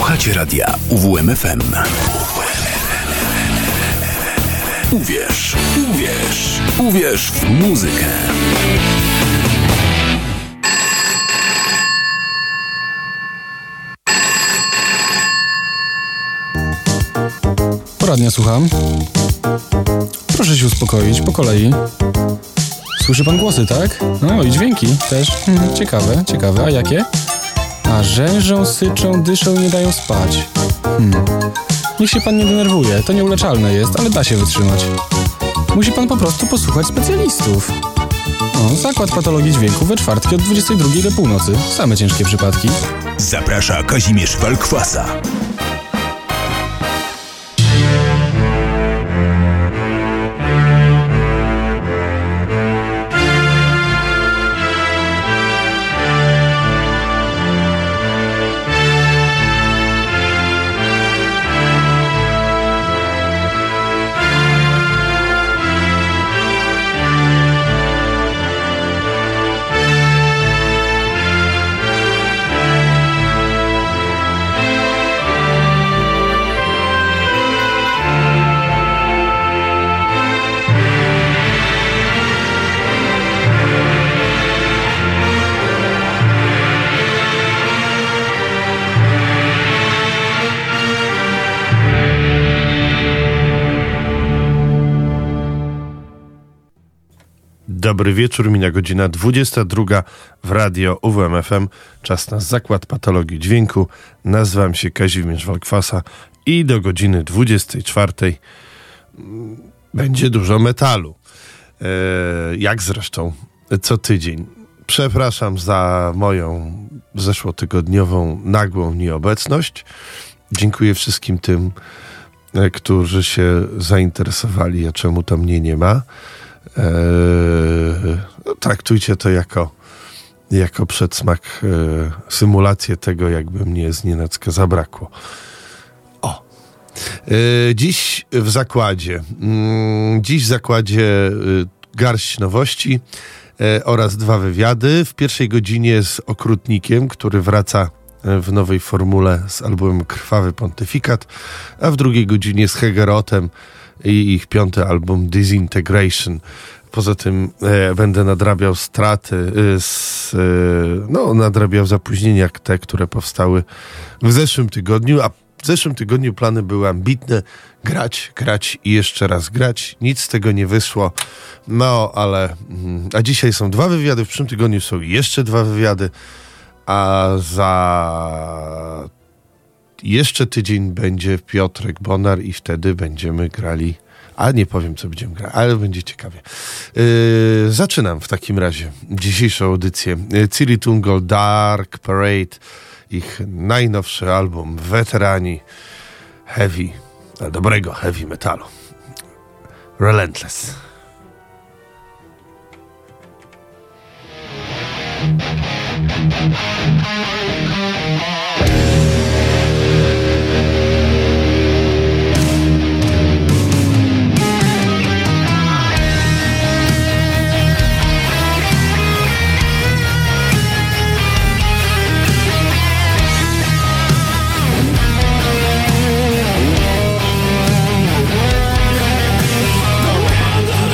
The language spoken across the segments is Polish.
Słuchacie radia UWMFM. Uwierz, uwierz, uwierz w muzykę. Poradnia, słucham. Proszę się uspokoić, po kolei. Słyszy pan głosy, tak? No i dźwięki też. Ciekawe. A jakie? A rzężą, syczą, dyszą i nie dają spać. Niech się pan nie denerwuje, to nieuleczalne jest, ale da się wytrzymać. Musi pan po prostu posłuchać specjalistów. Zakład patologii dźwięku we czwartki od 22 do północy. Same ciężkie przypadki. Zaprasza Kazimierz Walkwasa. Dobry wieczór, mina godzina 22 w radio UWMFM. Czas na Zakład Patologii Dźwięku. Nazywam się Kazimierz Walkwasa i do godziny 24 będzie dużo metalu. Jak zresztą co tydzień. Przepraszam za moją zeszłotygodniową nagłą nieobecność. Dziękuję wszystkim tym, którzy się zainteresowali, a czemu to mnie nie ma. Traktujcie to jako przedsmak, symulację tego, jakby mnie znienacka zabrakło. Dziś w zakładzie garść nowości oraz 2 wywiady. W pierwszej godzinie z Okrutnikiem, który wraca w nowej formule z albumem Krwawy Pontyfikat, a w drugiej godzinie z Hegerotem i ich 5. album Disintegration. Poza tym będę nadrabiał straty, nadrabiał zapóźnienia te, które powstały w zeszłym tygodniu, a w zeszłym tygodniu plany były ambitne: grać i jeszcze raz grać. Nic z tego nie wyszło, a dzisiaj są 2 wywiady, w przyszłym tygodniu są jeszcze 2 wywiady, a za jeszcze tydzień będzie Piotrek Bonar i wtedy będziemy grali, a nie powiem, co będziemy grali, ale będzie ciekawie. Zaczynam w takim razie dzisiejszą audycję. Ciri Tungol, Dark Parade, ich najnowszy album, weterani dobrego heavy metalu. Relentless. The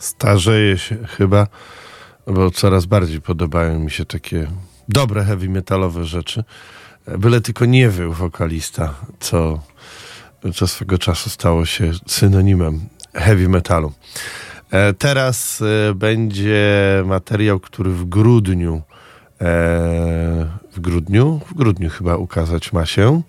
starzeję się chyba, bo coraz bardziej podobają mi się takie dobre heavy metalowe rzeczy. Byle tylko nie był wokalista, co swego czasu stało się synonimem heavy metalu. Teraz będzie materiał, który w grudniu chyba ukazać ma się.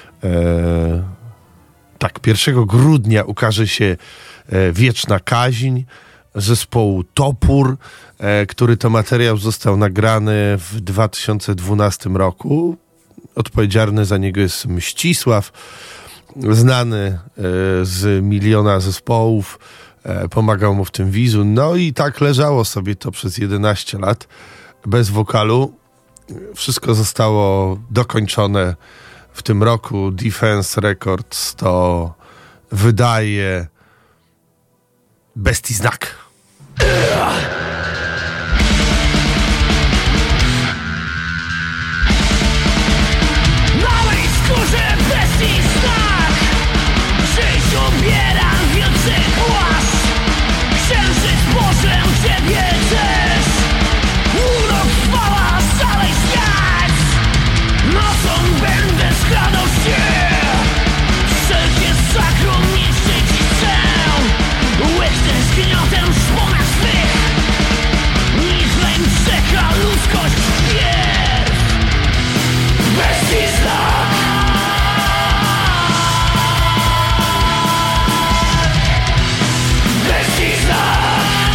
Tak, 1 grudnia ukaże się Wieczna Kaźń zespołu Topór, który to materiał został nagrany w 2012 roku. Odpowiedzialny za niego jest Mścisław, znany z miliona zespołów. Pomagał mu w tym Wizu. No i tak leżało sobie to przez 11 lat bez wokalu. Wszystko zostało dokończone w tym roku. Defense Records to wydaje Bestii Znak. Małej skórze bestii znak, żyć ubieram wielce płaszcz. Księżyc poślę ciebie też, urok chwała szalej śniać. Nocą będę skradał się, wszelkie sakrum niszczyć chcę. Łyknę z gniotem w szponach swych, niech lęk czeka ludzkość wpierw. Bestii znak. Bestii znak.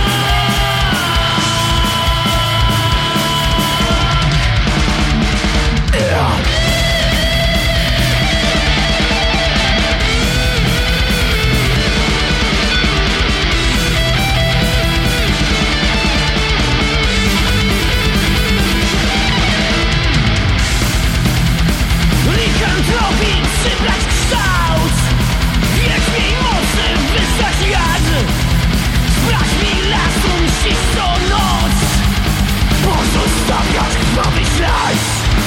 Likantropii przybrać kształt, wiedźmiej mocy wystać jad. Sprać mi lasu mści co noc, pozostawiać krwawy ślad.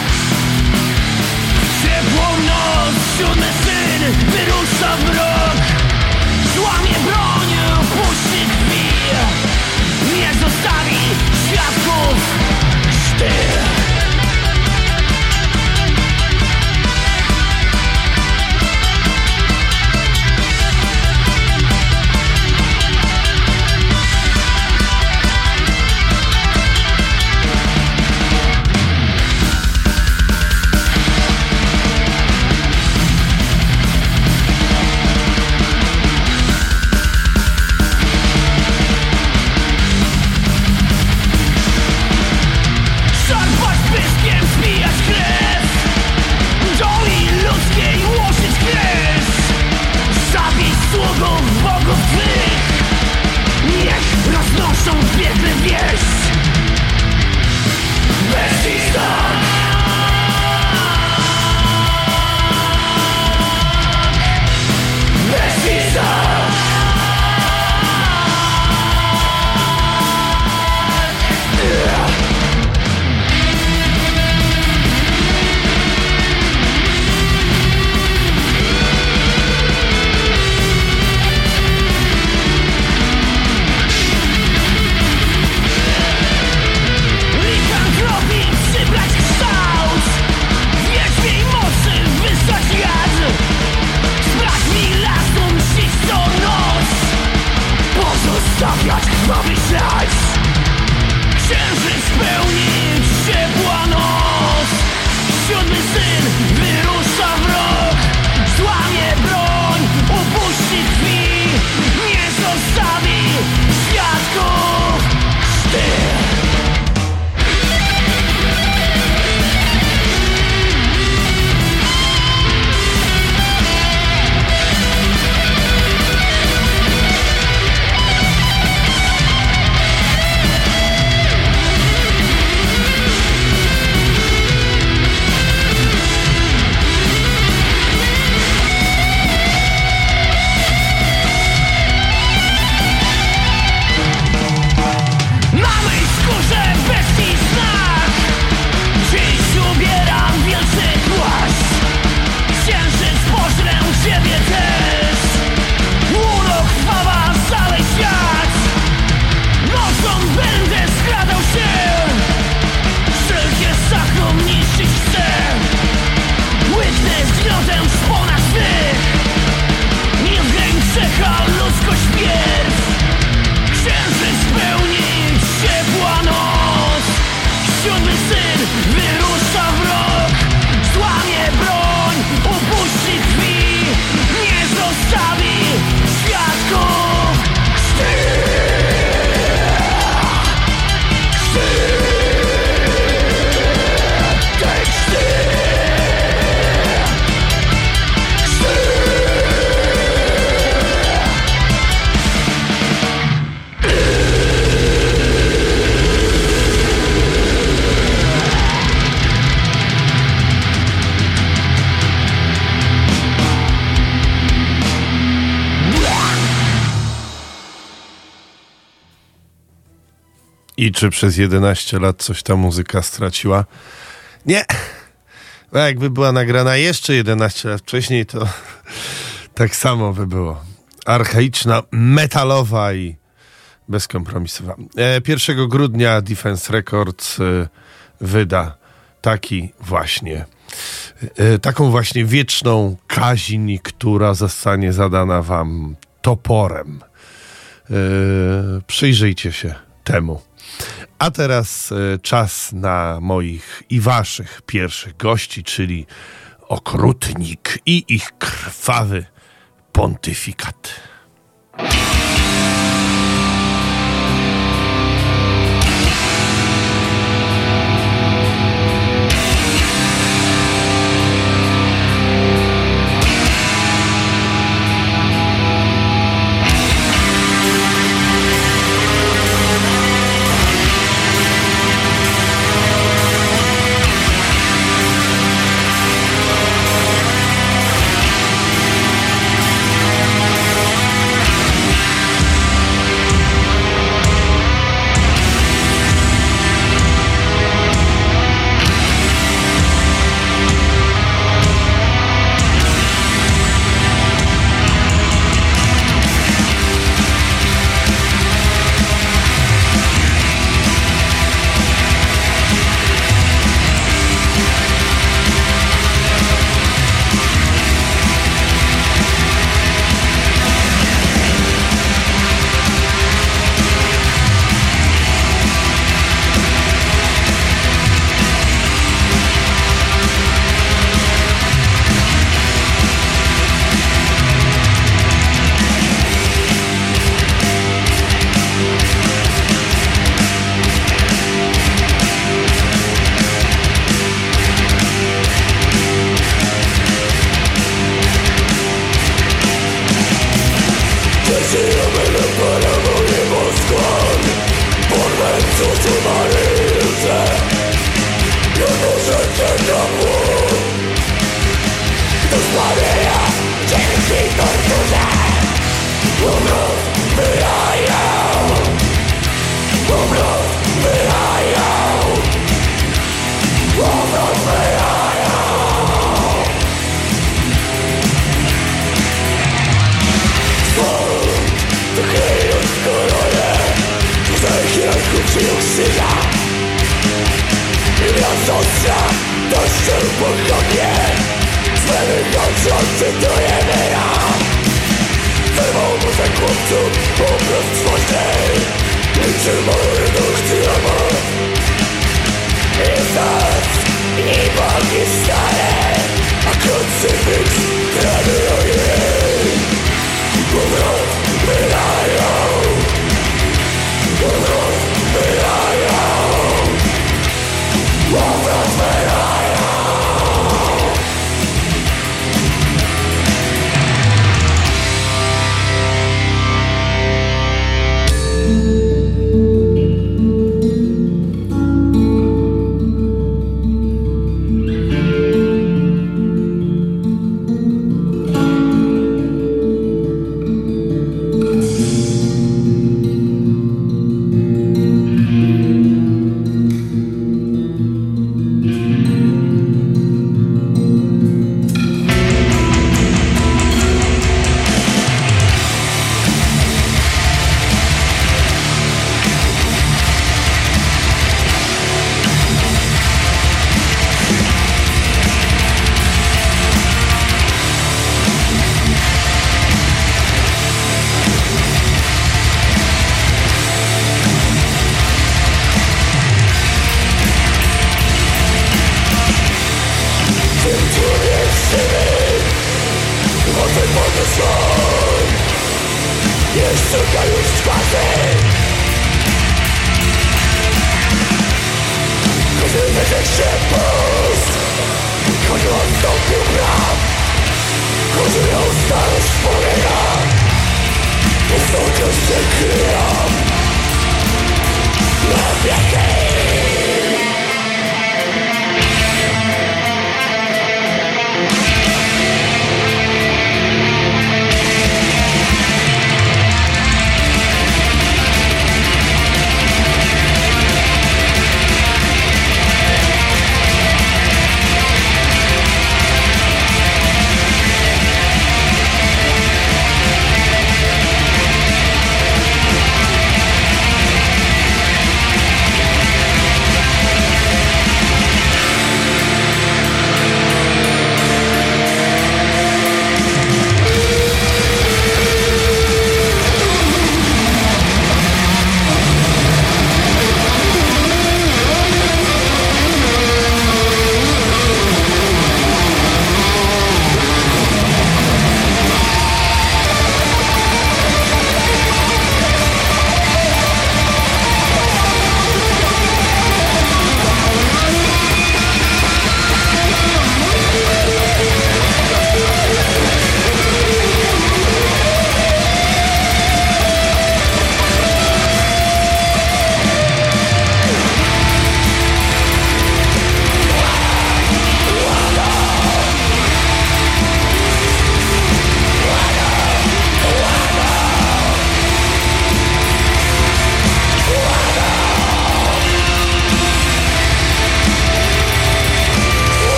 Ciepłą noc, 7 syn wyrusza w mrok, złamie broń, puści krwi, nie zostawi świadków sztyl. Szarpać pyskiem, zbijać krew, doli ludzkiej łożyć kres. Zabij sługów bogów twych, niech roznoszą w piekle wieść. Bestii znak. Bestii znak. Likantropii przybrać kształt, wiedźmiej mocy wystać jad. Sprać mi lasu mścić co noc, pozostawiać krwawy ślad. Księżyc pełni ciepła noc, 7 syn wyrusza w rok, złamie broń, upuści krwi, nie zostawi świadków sztyl. I czy przez 11 lat coś ta muzyka straciła? Nie. Bo jakby była nagrana jeszcze 11 lat wcześniej, to tak samo by było. Archaiczna, metalowa i bezkompromisowa. 1 grudnia Defense Records wyda taką właśnie wieczną kaźń, która zostanie zadana wam toporem. Przyjrzyjcie się temu. A teraz czas na moich i waszych pierwszych gości, czyli Okrutnik i ich krwawy pontyfikat.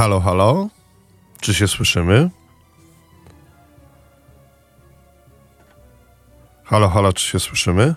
Halo, halo? Czy się słyszymy? Halo, halo, czy się słyszymy?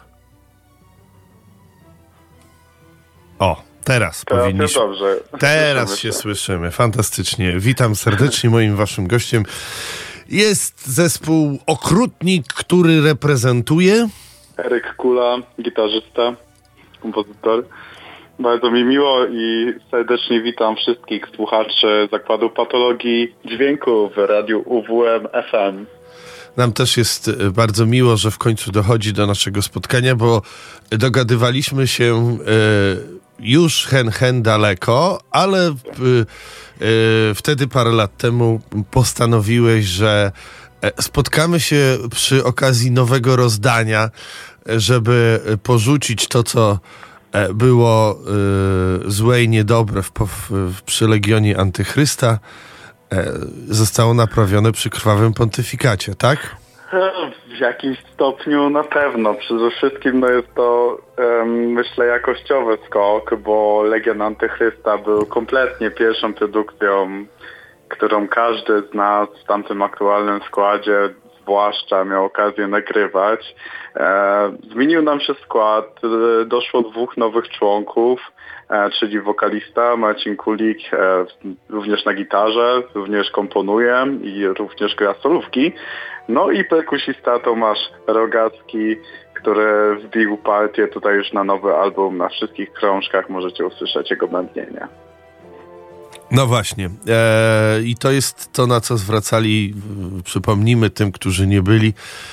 O, teraz powinniśmy. Dobrze. Teraz się słyszymy. Fantastycznie. Witam serdecznie. Moim waszym gościem jest zespół Okrutnik, który reprezentuje... Eryk Kula, gitarzysta, kompozytor. Bardzo mi miło i serdecznie witam wszystkich słuchaczy Zakładu Patologii Dźwięku w radiu UWM FM. Nam też jest bardzo miło, że w końcu dochodzi do naszego spotkania, bo dogadywaliśmy się już hen daleko, ale wtedy parę lat temu postanowiłeś, że spotkamy się przy okazji nowego rozdania, żeby porzucić to, co było złe i niedobre przy Legionie Antychrysta. Zostało naprawione przy Krwawym Pontyfikacie, tak? W jakimś stopniu na pewno. Przede wszystkim jest to, myślę, jakościowy skok, bo Legion Antychrysta był kompletnie pierwszą produkcją, którą każdy z nas w tamtym aktualnym składzie zwłaszcza miał okazję nagrywać. Zmienił nam się skład, doszło 2 nowych członków, czyli wokalista Marcin Kulik, również na gitarze, również komponuje i również gra solówki. No i perkusista Tomasz Rogacki, który wbił partię tutaj już na nowy album. Na wszystkich krążkach możecie usłyszeć jego bębnienie. No właśnie. I to jest to, na co zwracali, przypomnijmy tym, którzy nie byli,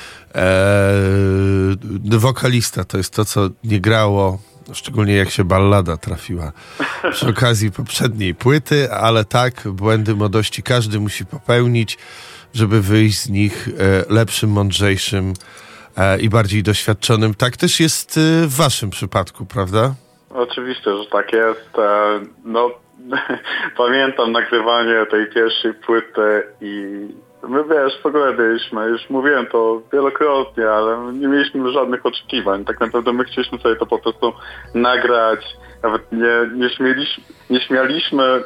wokalista. To jest to, co nie grało, szczególnie jak się ballada trafiła przy okazji poprzedniej płyty, ale tak, błędy młodości każdy musi popełnić, żeby wyjść z nich lepszym, mądrzejszym i bardziej doświadczonym. Tak też jest w waszym przypadku, prawda? Oczywiście, że tak jest. No, pamiętam nagrywanie tej pierwszej płyty i my, w ogóle byliśmy, już mówiłem to wielokrotnie, ale nie mieliśmy żadnych oczekiwań. Tak naprawdę my chcieliśmy sobie to po prostu nagrać. Nawet nie śmialiśmy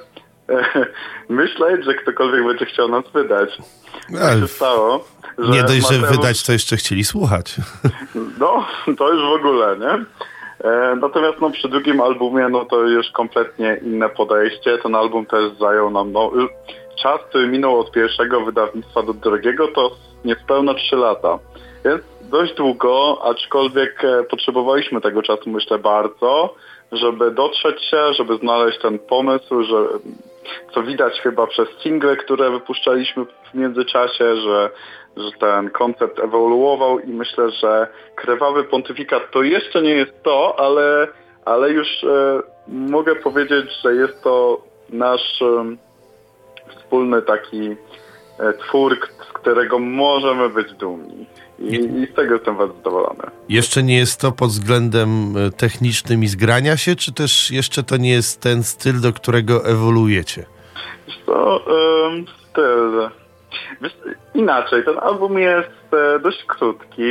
myśleć, że ktokolwiek będzie chciał nas wydać. Tak się stało. Że nie dość, że wydać, to jeszcze chcieli słuchać. No, to już w ogóle, nie? Natomiast przy drugim albumie, to już kompletnie inne podejście. Ten album też zajął nam, czas, który minął od pierwszego wydawnictwa do drugiego, to niespełna 3 lata. Więc dość długo, aczkolwiek potrzebowaliśmy tego czasu, myślę, bardzo, żeby dotrzeć się, żeby znaleźć ten pomysł, że co widać chyba przez single, które wypuszczaliśmy w międzyczasie, że ten koncept ewoluował i myślę, że Krwawy Pontyfikat to jeszcze nie jest to, ale już mogę powiedzieć, że jest to nasz wspólny taki twór, z którego możemy być dumni. I z tego jestem bardzo zadowolony. Jeszcze nie jest to pod względem technicznym i zgrania się, czy też jeszcze to nie jest ten styl, do którego ewoluujecie? To styl. Inaczej, ten album jest dość krótki.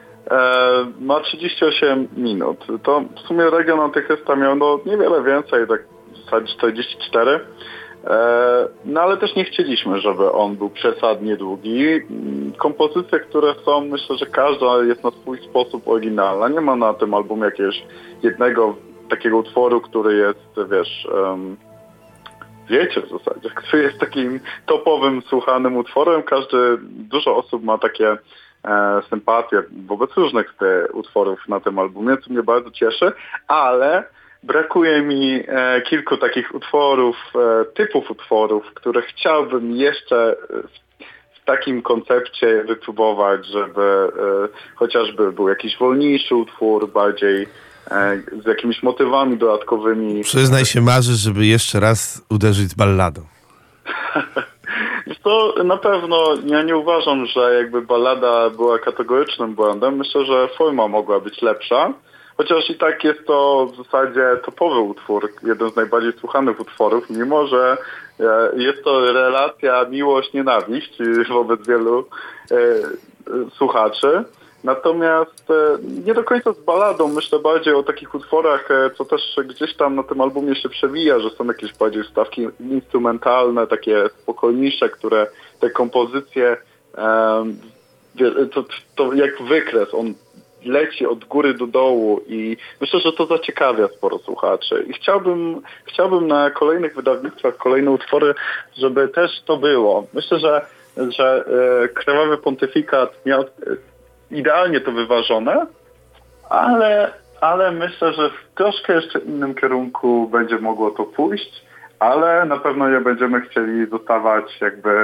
Ma 38 minut. To w sumie Legion Antychrysta miał niewiele więcej, tak w zasadzie 44. No ale też nie chcieliśmy, żeby on był przesadnie długi. Kompozycje, które są, myślę, że każda jest na swój sposób oryginalna. Nie ma na tym albumie jakiegoś jednego takiego utworu, który jest, wiecie w zasadzie, który jest takim topowym, słuchanym utworem. Dużo osób ma takie sympatie wobec różnych utworów na tym albumie, co mnie bardzo cieszy, ale brakuje mi kilku takich utworów, typów utworów, które chciałbym jeszcze w takim koncepcie wypróbować, żeby chociażby był jakiś wolniejszy utwór, bardziej z jakimiś motywami dodatkowymi. Przyznaj się, marzysz, żeby jeszcze raz uderzyć z balladą. To na pewno ja nie uważam, że jakby ballada była kategorycznym błędem. Myślę, że forma mogła być lepsza. Chociaż i tak jest to w zasadzie topowy utwór, jeden z najbardziej słuchanych utworów, mimo że jest to relacja miłość-nienawiść wobec wielu słuchaczy. Natomiast nie do końca z baladą, myślę bardziej o takich utworach, co też gdzieś tam na tym albumie się przewija, że są jakieś bardziej wstawki instrumentalne, takie spokojniejsze, które te kompozycje, to jak wykres, on leci od góry do dołu i myślę, że to zaciekawia sporo słuchaczy. I chciałbym na kolejnych wydawnictwach, kolejne utwory, żeby też to było. Myślę, że Krwawy Pontyfikat miał idealnie to wyważone, ale myślę, że w troszkę jeszcze innym kierunku będzie mogło to pójść, ale na pewno nie będziemy chcieli zostawać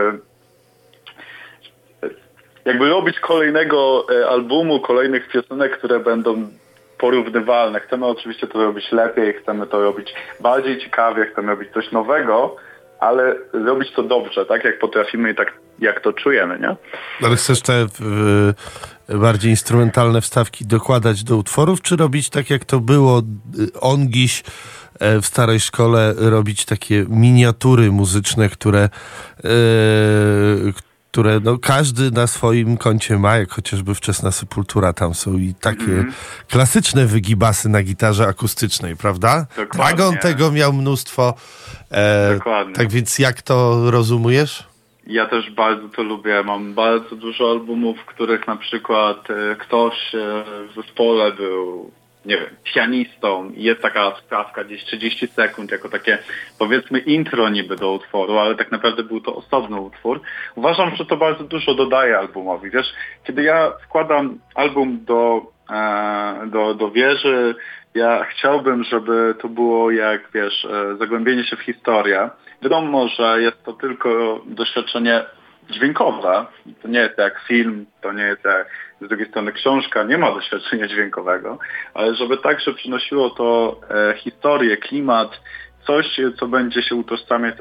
jakby robić kolejnego albumu, kolejnych piosenek, które będą porównywalne. Chcemy oczywiście to robić lepiej, chcemy to robić bardziej ciekawie, chcemy robić coś nowego, ale robić to dobrze, tak jak potrafimy i tak jak to czujemy, nie? Ale chcesz te bardziej instrumentalne wstawki dokładać do utworów, czy robić tak jak to było ongiś w starej szkole, robić takie miniatury muzyczne, które no, każdy na swoim koncie ma, jak chociażby Wczesna Sepultura, tam są i takie klasyczne wygibasy na gitarze akustycznej, prawda? Dokładnie. Dragon tego miał mnóstwo. Dokładnie. Tak więc jak to rozumujesz? Ja też bardzo to lubię. Mam bardzo dużo albumów, w których na przykład ktoś w zespole był, nie wiem, pianistą i jest taka sprawka gdzieś 30 sekund, jako takie, powiedzmy, intro niby do utworu, ale tak naprawdę był to osobny utwór. Uważam, że to bardzo dużo dodaje albumowi. Wiesz, kiedy ja wkładam album do wieży, ja chciałbym, żeby to było jak, wiesz, zagłębienie się w historię. Wiadomo, że jest to tylko doświadczenie dźwiękowe. To nie jest jak film, to nie jest jak z drugiej strony książka, nie ma doświadczenia dźwiękowego, ale żeby także przynosiło to historię, klimat, coś, co będzie się utożsamiać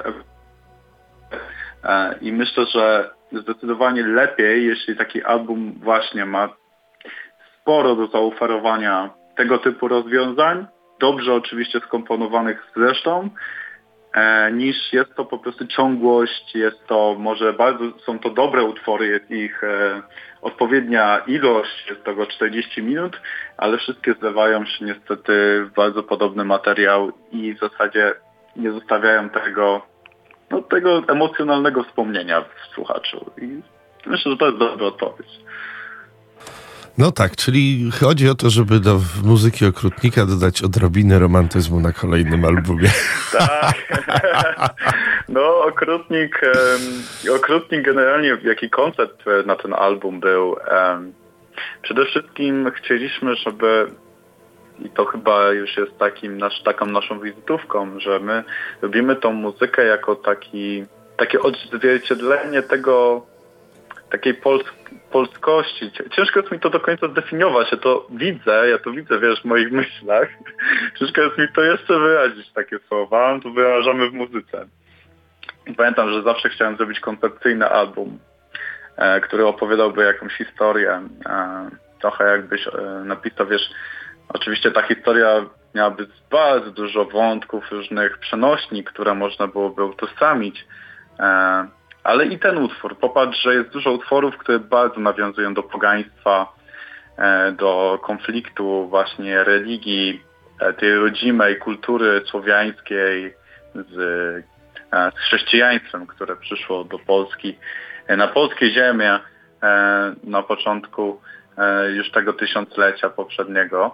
i myślę, że zdecydowanie lepiej, jeśli taki album właśnie ma sporo do zaoferowania tego typu rozwiązań, dobrze oczywiście skomponowanych zresztą, niż jest to po prostu ciągłość, jest to może są to dobre utwory, jest ich odpowiednia ilość, jest tego 40 minut, ale wszystkie zlewają się niestety w bardzo podobny materiał i w zasadzie nie zostawiają tego emocjonalnego wspomnienia w słuchaczu. I myślę, że to jest dobra odpowiedź. No tak, czyli chodzi o to, żeby do muzyki Okrutnika dodać odrobinę romantyzmu na kolejnym albumie. Tak. No, Okrutnik generalnie, jaki koncept na ten album był. Przede wszystkim chcieliśmy, żeby, i to chyba już jest taką naszą wizytówką, że my robimy tą muzykę jako takie odzwierciedlenie takiej polskości. Ciężko jest mi to do końca zdefiniować. Ja to widzę, wiesz, w moich myślach. Ciężko jest mi to jeszcze wyrazić, takie słowa. To wyrażamy w muzyce. I pamiętam, że zawsze chciałem zrobić koncepcyjny album, który opowiadałby jakąś historię. Trochę jakbyś napisał, wiesz, oczywiście ta historia miałaby bardzo dużo wątków, różnych przenośni, które można byłoby utożsamić. Ale i ten utwór. Popatrz, że jest dużo utworów, które bardzo nawiązują do pogaństwa, do konfliktu właśnie religii, tej rodzimej kultury słowiańskiej z chrześcijaństwem, które przyszło do Polski, na polskie ziemie na początku już tego tysiąclecia poprzedniego.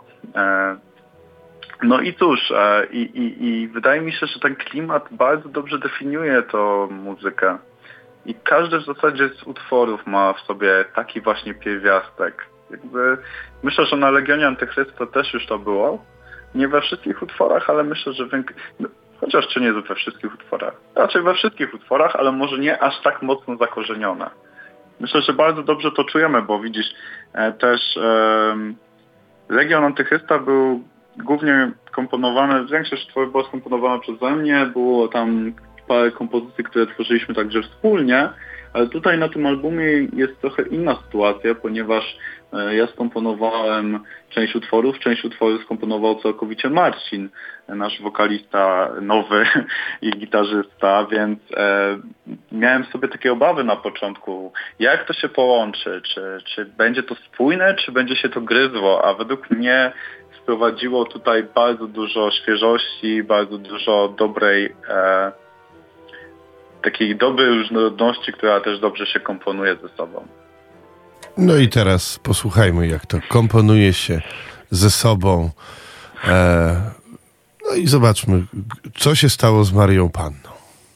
No i cóż, i wydaje mi się, że ten klimat bardzo dobrze definiuje tą muzykę. I każdy w zasadzie z utworów ma w sobie taki właśnie pierwiastek. Myślę, że na Legionie Antychrysta też już to było. Nie we wszystkich utworach, ale myślę, że chociaż czy nie we wszystkich utworach. Raczej we wszystkich utworach, ale może nie aż tak mocno zakorzenione. Myślę, że bardzo dobrze to czujemy, bo widzisz, też Legion Antychrysta był głównie komponowany, większość utworów była skomponowana przeze mnie, było tam parę kompozycji, które tworzyliśmy także wspólnie, ale tutaj na tym albumie jest trochę inna sytuacja, ponieważ ja skomponowałem część utworów skomponował całkowicie Marcin, nasz wokalista nowy i gitarzysta, więc miałem sobie takie obawy na początku, jak to się połączy, czy będzie to spójne, czy będzie się to gryzło, a według mnie wprowadziło tutaj bardzo dużo świeżości, bardzo dużo takiej dobrej różnorodności, która też dobrze się komponuje ze sobą. No i teraz posłuchajmy, jak to komponuje się ze sobą. No i zobaczmy, co się stało z Marią Panną.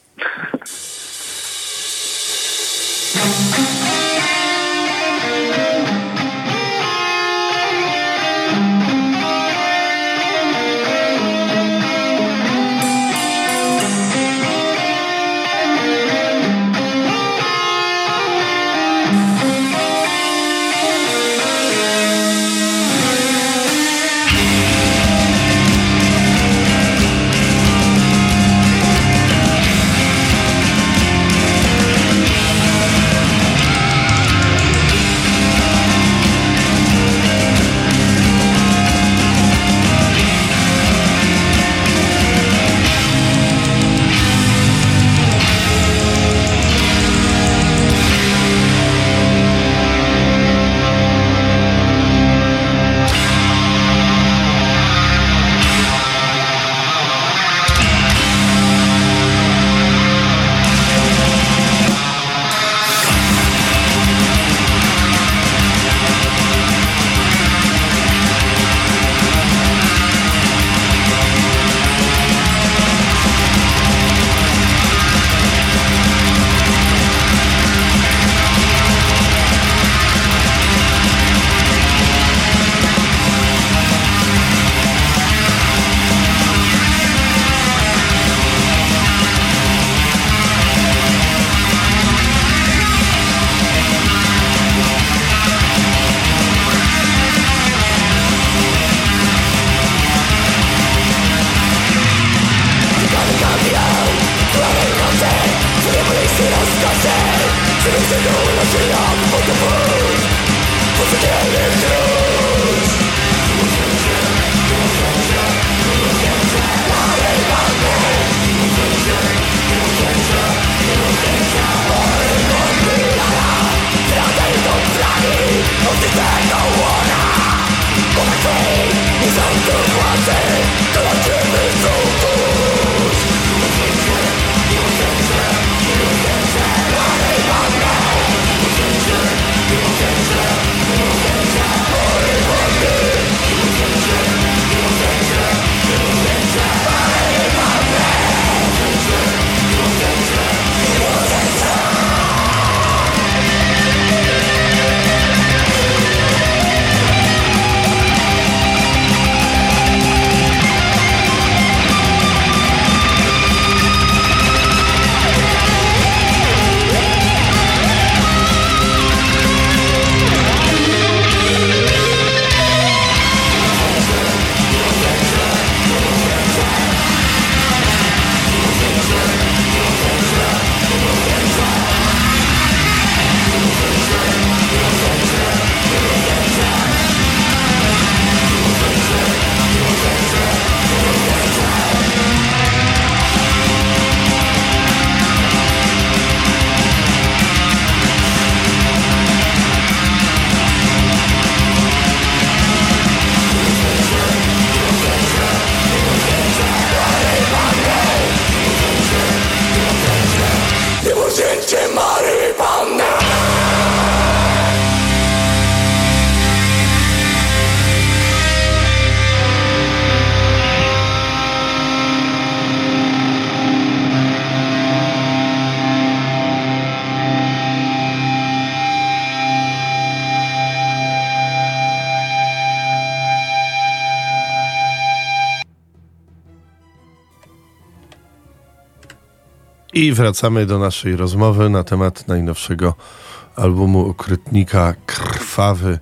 I wracamy do naszej rozmowy na temat najnowszego albumu Okrutnika Krwawy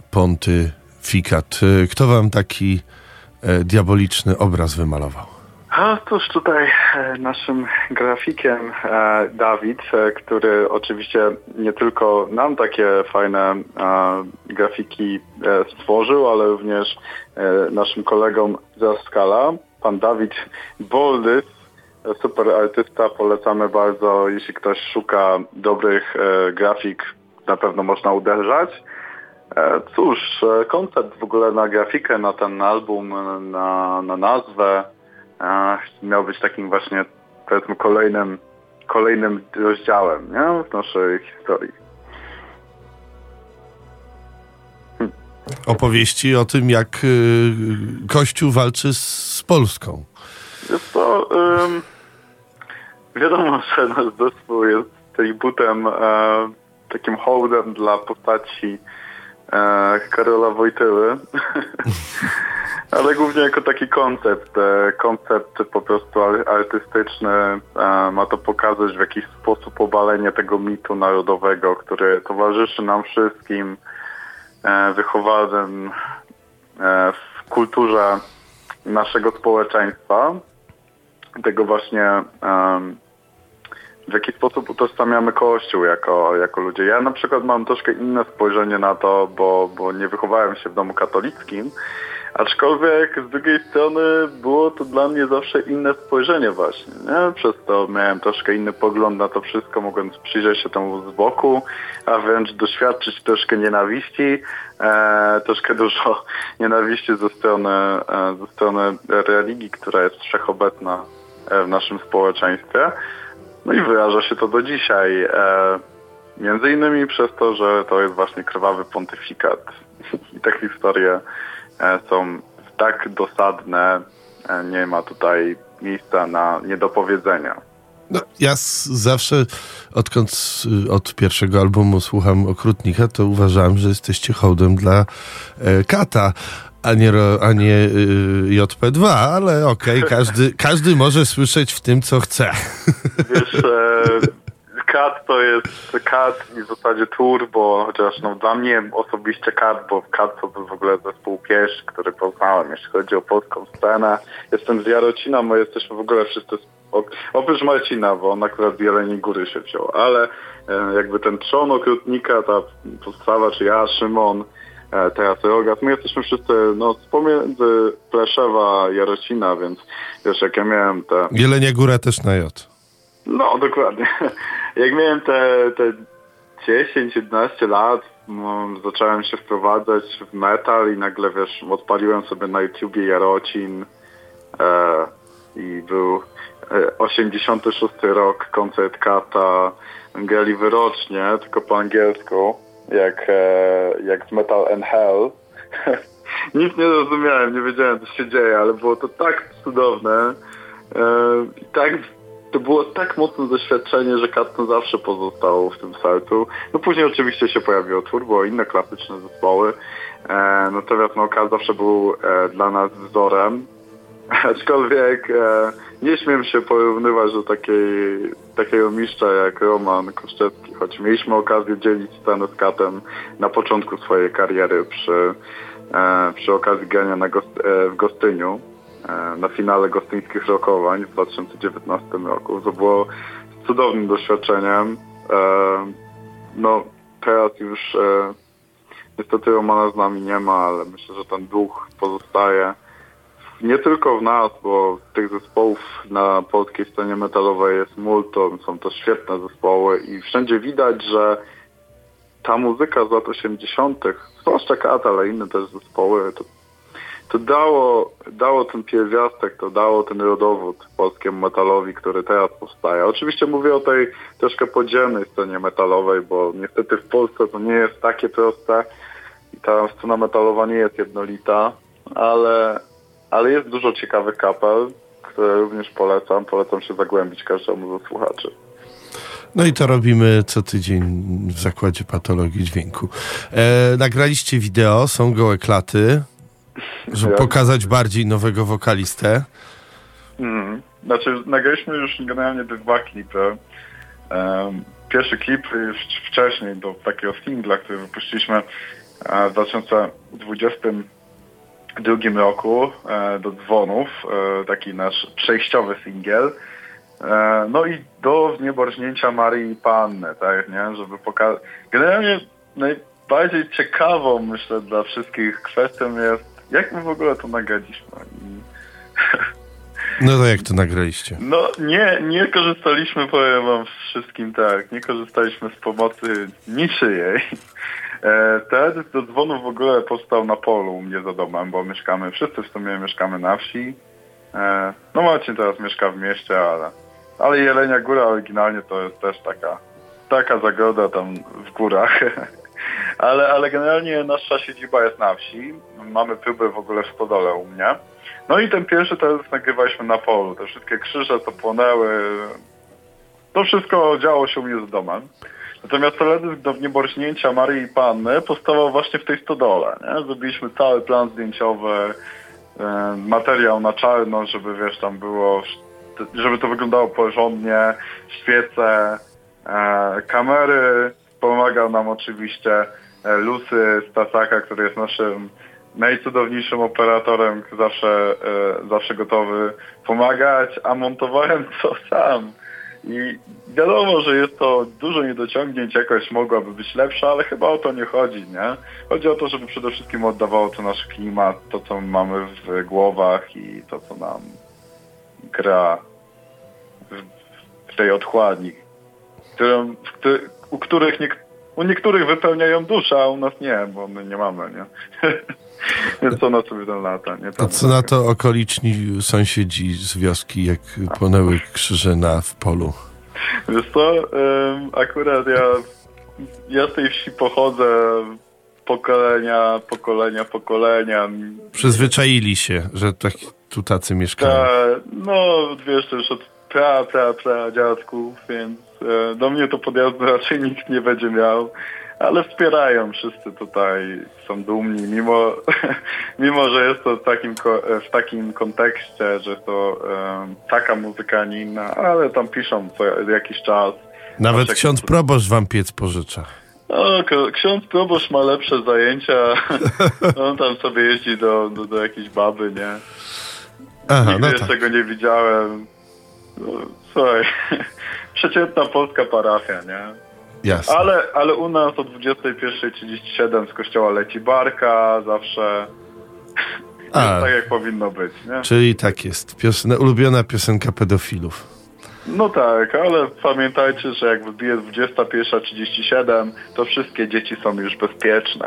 Pontyfikat. Kto wam taki diaboliczny obraz wymalował? A cóż, tutaj naszym grafikiem Dawid, który oczywiście nie tylko nam takie fajne grafiki stworzył, ale również naszym kolegom ze Skala, pan Dawid Boldys, super artysta, polecamy bardzo, jeśli ktoś szuka dobrych grafik, na pewno można uderzać. Cóż, koncept w ogóle na grafikę, na ten album, na nazwę miał być takim właśnie, powiedzmy, kolejnym rozdziałem, nie? W naszej historii. Opowieści o tym, jak Kościół walczy z Polską. Jest to, wiadomo, że nasz zespół jest tributem, takim hołdem dla postaci Karola Wojtyły, ale głównie jako taki koncept po prostu artystyczny, ma to pokazać w jakiś sposób obalenie tego mitu narodowego, który towarzyszy nam wszystkim, wychowanym w kulturze naszego społeczeństwa, tego właśnie w jaki sposób utożsamiamy Kościół jako ludzie. Ja na przykład mam troszkę inne spojrzenie na to, bo nie wychowałem się w domu katolickim, aczkolwiek z drugiej strony było to dla mnie zawsze inne spojrzenie właśnie, nie? Przez to miałem troszkę inny pogląd na to wszystko, mogąc przyjrzeć się temu z boku, a wręcz doświadczyć troszkę nienawiści, troszkę dużo nienawiści ze strony religii, która jest wszechobecna w naszym społeczeństwie. No i wyraża się to do dzisiaj. Między innymi przez to, że to jest właśnie krwawy pontyfikat. I te historie są tak dosadne, nie ma tutaj miejsca na niedopowiedzenia. No, ja zawsze, odkąd od pierwszego albumu słucham Okrutnika, to uważałem, że jesteście hołdem dla Kata, a nie JP2, ale okej, każdy może słyszeć w tym, co chce. Wiesz, Kat to jest Kat i w zasadzie Turbo, chociaż no, dla mnie osobiście Kat, bo Kat to był w ogóle zespół pierwszy, który poznałem, jeśli chodzi o polską scenę. Jestem z Jarocina, my jesteśmy w ogóle wszyscy, oprócz Marcina, bo on akurat z Jeleniej Góry się wziął, ale jakby ten trzon Okrutnika, ta podstawa, czy ja, Szymon, teraz Rogat, my jesteśmy wszyscy pomiędzy Pleszewa, Jarocina, więc wiesz, jak ja miałem te... Jelenia Góra też na J. No, dokładnie. Jak miałem te 10-11 lat, zacząłem się wprowadzać w metal i nagle, wiesz, odpaliłem sobie na YouTubie Jarocin i był 86 rok, koncert Kata, grali wyrocznie, tylko po angielsku, jak z Metal and Hell. Nic nie rozumiałem, nie wiedziałem, co się dzieje, ale było to tak cudowne i to było tak mocne doświadczenie, że Katno zawsze pozostało w tym sercu. No później oczywiście się pojawiło Turbo, inne klasyczne zespoły. Natomiast Kat zawsze był dla nas wzorem. Aczkolwiek nie śmiem się porównywać do takiego mistrza jak Roman Koszczewski, choć mieliśmy okazję dzielić scenę z Katem na początku swojej kariery przy okazji grania w Gostyniu. Na finale gostyńskich rokowań w 2019 roku. To było cudownym doświadczeniem. No teraz już niestety Romana z nami nie ma, ale myślę, że ten duch pozostaje nie tylko w nas, bo tych zespołów na polskiej scenie metalowej jest multum, są to świetne zespoły i wszędzie widać, że ta muzyka z lat 80., zwłaszcza Kat, ale inne też zespoły, to dało ten pierwiastek, to dało ten rodowód polskiemu metalowi, który teraz powstaje. Oczywiście mówię o tej troszkę podziemnej scenie metalowej, bo niestety w Polsce to nie jest takie proste i ta scena metalowa nie jest jednolita, ale jest dużo ciekawych kapel, które również polecam. Polecam się zagłębić każdemu ze słuchaczy. No i to robimy co tydzień w Zakładzie Patologii Dźwięku. Nagraliście wideo, są gołe klaty, żeby pokazać bardziej nowego wokalistę. Znaczy, nagraliśmy już generalnie 2 klipy. Pierwszy klip już wcześniej do takiego singla, który wypuściliśmy w 2020 2002 roku do Dzwonów, taki nasz przejściowy singiel. No i do Wnieborżnięcia Maryi Panny, tak, nie? Żeby pokazać. Generalnie najbardziej ciekawą, myślę, dla wszystkich kwestią jest, jak my w ogóle to nagraliśmy. No to jak to nagraliście? No nie korzystaliśmy, powiem wam wszystkim tak, nie korzystaliśmy z pomocy niczyjej. Teledysk do Dzwonów w ogóle powstał na polu u mnie za domem, bo wszyscy w sumie mieszkamy na wsi. No Marcin teraz mieszka w mieście, ale Jelenia Góra oryginalnie to jest też taka zagroda tam w górach. Ale generalnie nasza siedziba jest na wsi. Mamy próbę w ogóle w stodole u mnie. No i ten pierwszy teledysk nagrywaliśmy na polu. Te wszystkie krzyże, co płonęły, to wszystko działo się u mnie z domem. Natomiast teledysk do Wnieborżnięcia Maryi Panny powstawał właśnie w tej stodole. Nie? Zrobiliśmy cały plan zdjęciowy, materiał na czarno, żeby tam było, żeby to wyglądało porządnie, świece, kamery. Pomagał nam oczywiście Lucy Stasaka, który jest naszym najcudowniejszym operatorem, zawsze gotowy pomagać, a montowałem to sam. I wiadomo, że jest to dużo niedociągnięć, jakoś mogłaby być lepsza, ale chyba o to nie chodzi, nie? Chodzi o to, żeby przede wszystkim oddawało to nasz klimat, to co mamy w głowach i to co nam gra w tej otchłani, u niektórych wypełniają duszę, a u nas nie, bo my nie mamy, nie? Więc co na sobie ten lata, nie? A co na to okoliczni sąsiedzi z wioski, jak płonęły krzyże w polu? Wiesz co, akurat ja z tej wsi pochodzę pokolenia. Przyzwyczaili się, że tu tacy mieszkają. No, wiesz, to już od dziadków, więc do mnie to podjazdu raczej nikt nie będzie miał, ale wspierają wszyscy tutaj, są dumni, mimo że jest to w takim kontekście, że to taka muzyka, a nie inna, ale tam piszą co jakiś czas. Nawet ksiądz proboszcz wam piec pożycza. No, ksiądz proboszcz ma lepsze zajęcia, on tam sobie jeździ do jakiejś baby, nie? Aha, nigdy jeszcze go nie widziałem. No, słuchaj, przeciętna polska parafia, nie? Jasne. Ale u nas o 21:37 z kościoła leci barka, zawsze jest tak, jak powinno być, nie? Czyli tak jest. Ulubiona piosenka pedofilów. No tak, ale pamiętajcie, że jak wybije 21:37, to wszystkie dzieci są już bezpieczne.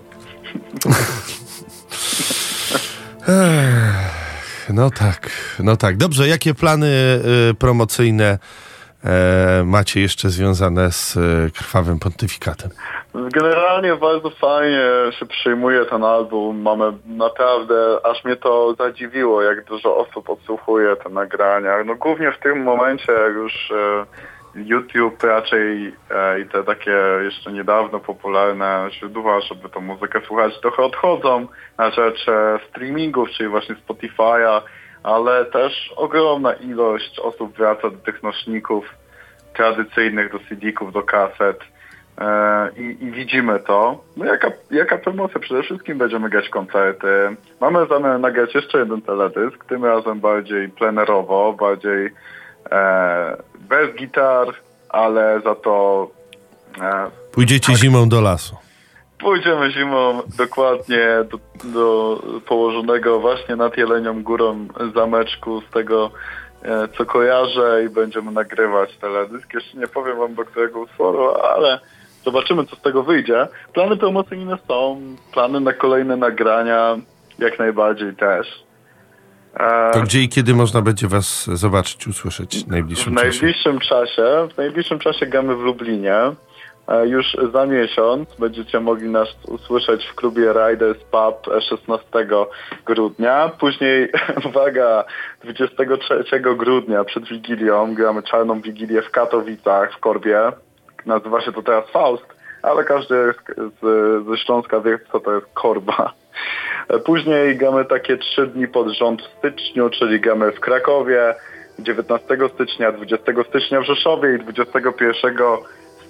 No tak. Dobrze, jakie plany promocyjne macie jeszcze związane z Krwawym Pontyfikatem? Generalnie bardzo fajnie się przyjmuje ten album. Mamy naprawdę, aż mnie to zadziwiło, jak dużo osób odsłuchuje te nagrania. No głównie w tym momencie, jak już YouTube raczej i te takie jeszcze niedawno popularne źródła, żeby tą muzykę słuchać, trochę odchodzą na rzecz streamingów, czyli właśnie Spotify'a, ale też ogromna ilość osób wraca do tych nośników tradycyjnych, do CD-ków, do kaset i widzimy to. No jaka promocja? Przede wszystkim będziemy grać koncerty. Mamy zamiar nagrać jeszcze jeden teledysk, tym razem bardziej plenerowo, bardziej bez gitar, ale za to pójdziecie zimą do lasu. Pójdziemy zimą dokładnie do położonego właśnie nad Jelenią Górą zameczku, z tego co kojarzę, i będziemy nagrywać teledysk. Jeszcze nie powiem wam do którego utworu, ale zobaczymy, co z tego wyjdzie. Plany promocyjne są, plany na kolejne nagrania jak najbardziej też. To gdzie i kiedy można będzie was zobaczyć, usłyszeć w najbliższym czasie? W najbliższym czasie gramy w Lublinie. Już za miesiąc będziecie mogli nas usłyszeć w klubie Riders Pub 16 grudnia. Później, uwaga, 23 grudnia przed Wigilią gramy czarną Wigilię w Katowicach, w Korbie. Nazywa się to teraz Faust, ale każdy ze Śląska wie, co to jest Korba. Później gramy takie 3 dni pod rząd w styczniu, czyli gramy w Krakowie 19 stycznia, 20 stycznia w Rzeszowie i 21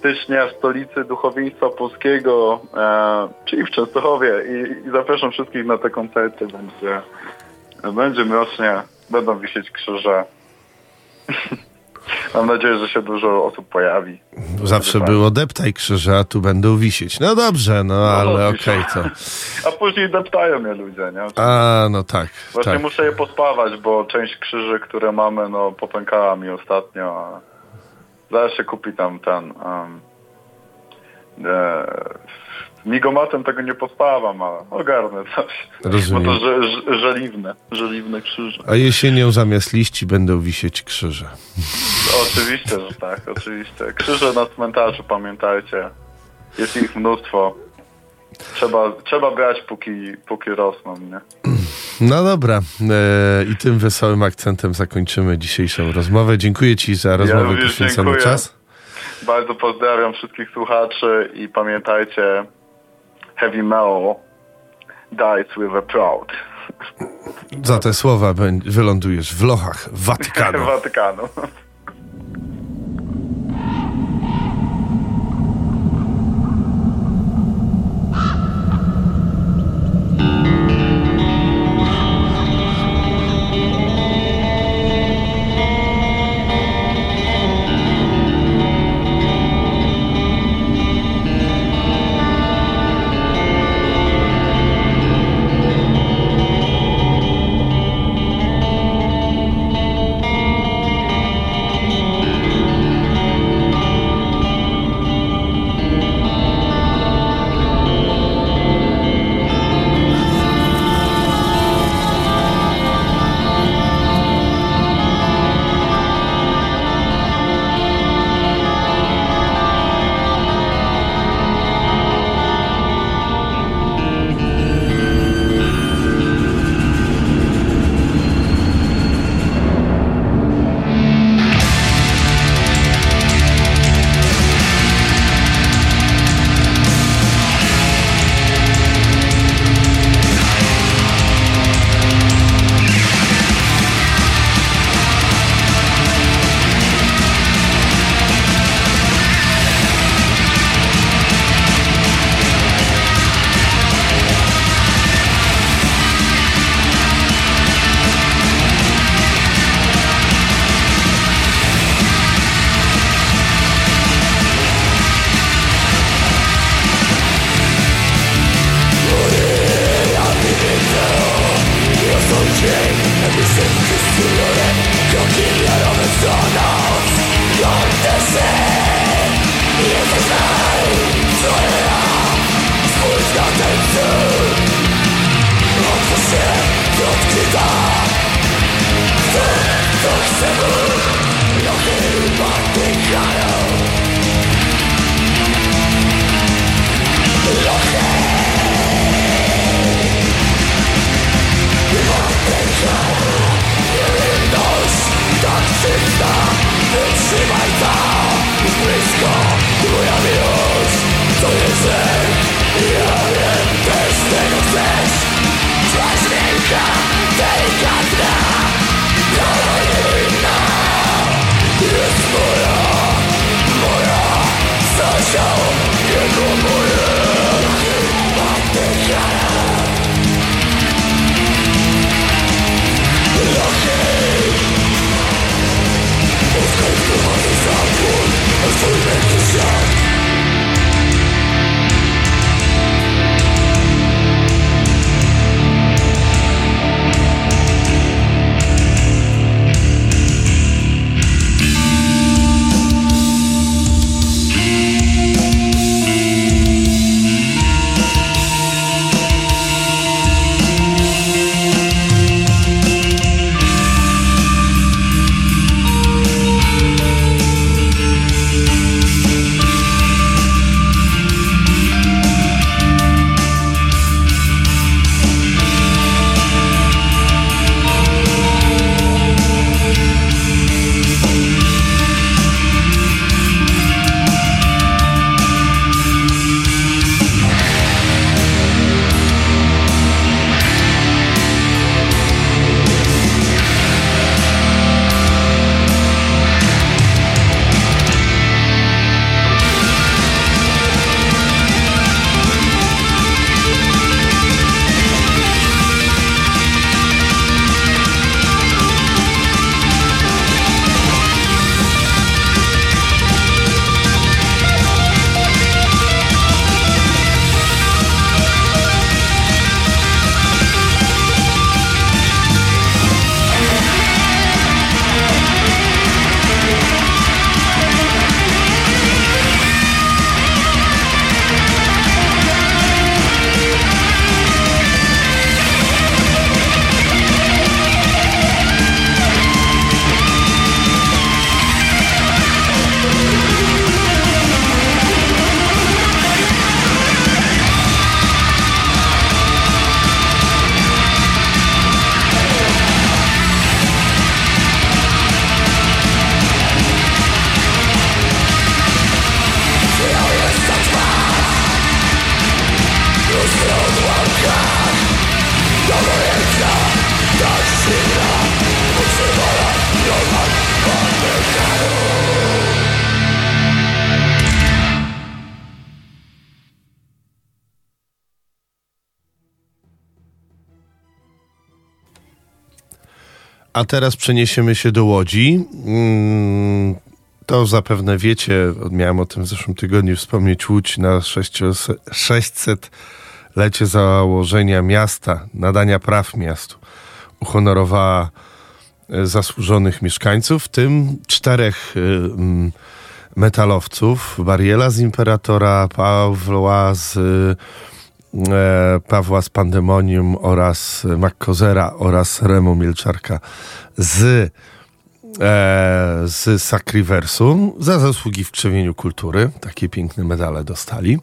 stycznia w stolicy duchowieństwa polskiego, czyli w Częstochowie i zapraszam wszystkich na te koncerty. Będzie mrocznie, będą wisieć krzyże. Mam nadzieję, że się dużo osób pojawi. Zawsze było deptaj krzyże, a tu będą wisieć. No dobrze, ale okej, to... A później deptają je ludzie, nie? A, no tak. Właśnie tak. muszę je pospawać, bo część krzyży, które mamy, popękała mi ostatnio. A zaraz się kupi tam ten... migomatem tego nie pospawam, ale ogarnę coś. Rozumiem. Bo to żeliwne krzyże. A jesienią zamiast liści będą wisieć krzyże. Oczywiście, że tak, oczywiście. Krzyże na cmentarzu, pamiętajcie. Jest ich mnóstwo. Trzeba brać, póki rosną, nie? No dobra. I tym wesołym akcentem zakończymy dzisiejszą rozmowę. Dziękuję Ci za rozmowę, poświęcony czas. Bardzo pozdrawiam wszystkich słuchaczy i pamiętajcie, heavy metal dies with a proud. Za te słowa wylądujesz w lochach Watykanu. Watykanu. A teraz przeniesiemy się do Łodzi. To zapewne wiecie, miałem o tym w zeszłym tygodniu wspomnieć. Łódź na 600-lecie założenia miasta, nadania praw miastu, uhonorowała zasłużonych mieszkańców, w tym 4 metalowców. Bariela z Imperatora, Pawła z Pandemonium oraz Makkozera oraz Remo Mielczarka z Sacriversu za zasługi w krzewieniu kultury. Takie piękne medale dostali.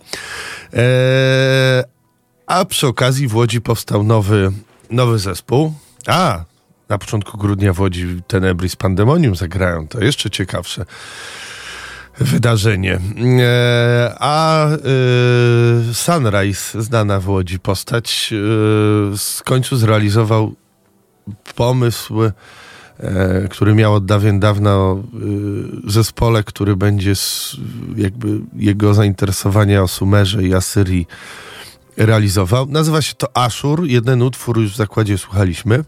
A przy okazji w Łodzi powstał nowy zespół. Na początku grudnia w Łodzi Tenebris Pandemonium zagrają. To jeszcze ciekawsze wydarzenie. Sunrise, znana w Łodzi postać, w końcu zrealizował pomysł, który miał od dawien dawna zespole, który będzie jakby jego zainteresowania o Sumerze i Asyrii realizował. Nazywa się to Ashur. Jeden utwór już w zakładzie słuchaliśmy.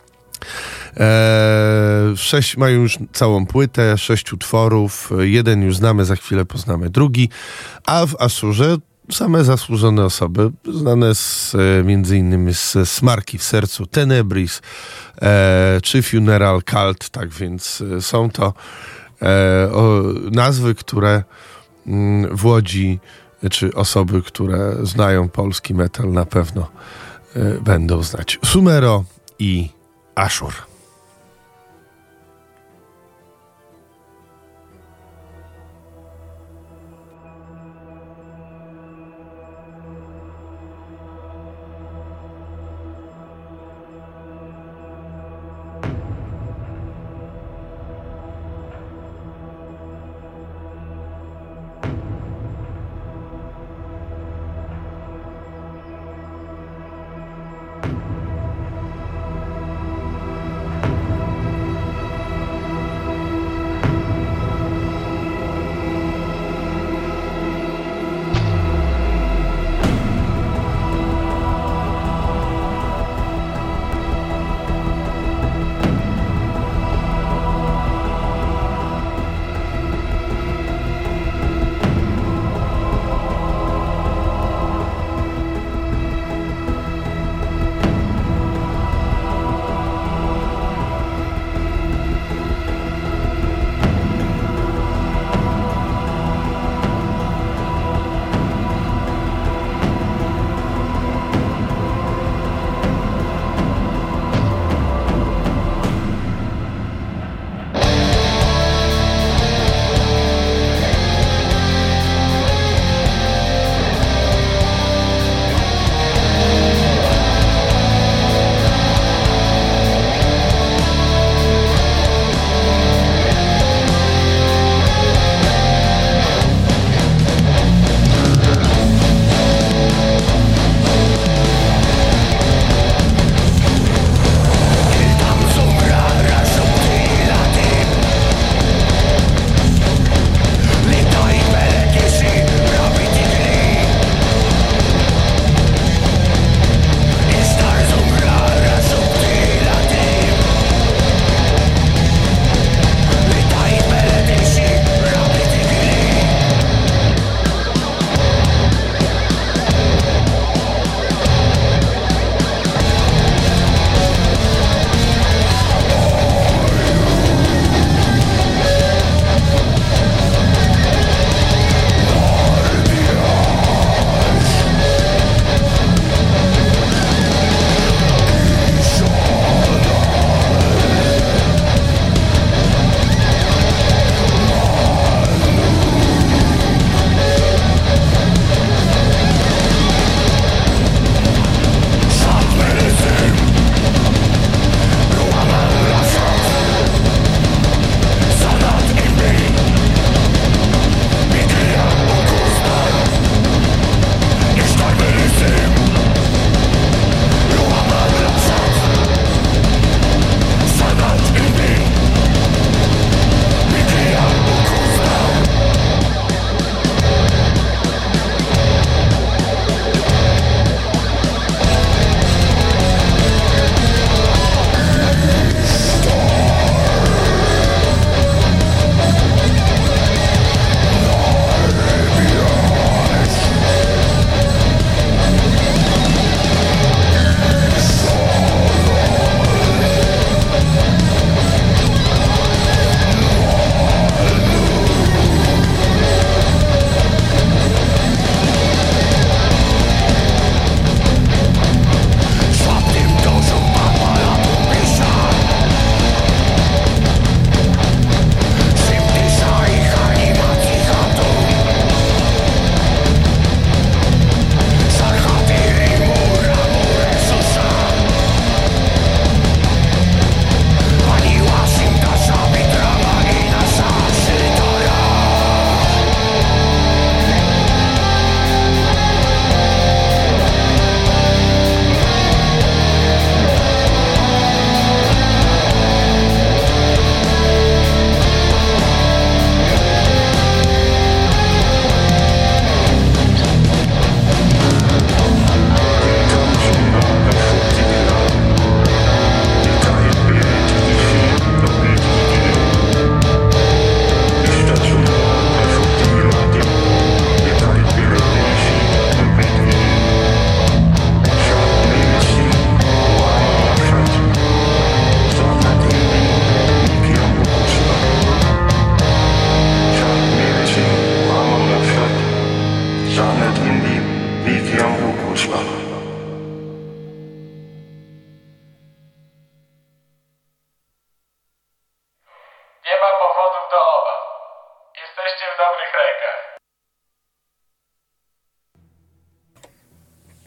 6 mają już całą płytę, 6 utworów. Jeden już znamy, za chwilę poznamy drugi. A w Ashurze same zasłużone osoby, znane między innymi z Smarki w sercu, Tenebris czy Funeral Cult. Tak więc są to nazwy, które w Łodzi, czy osoby, które znają polski metal, na pewno będą znać. Sumero i Ashur.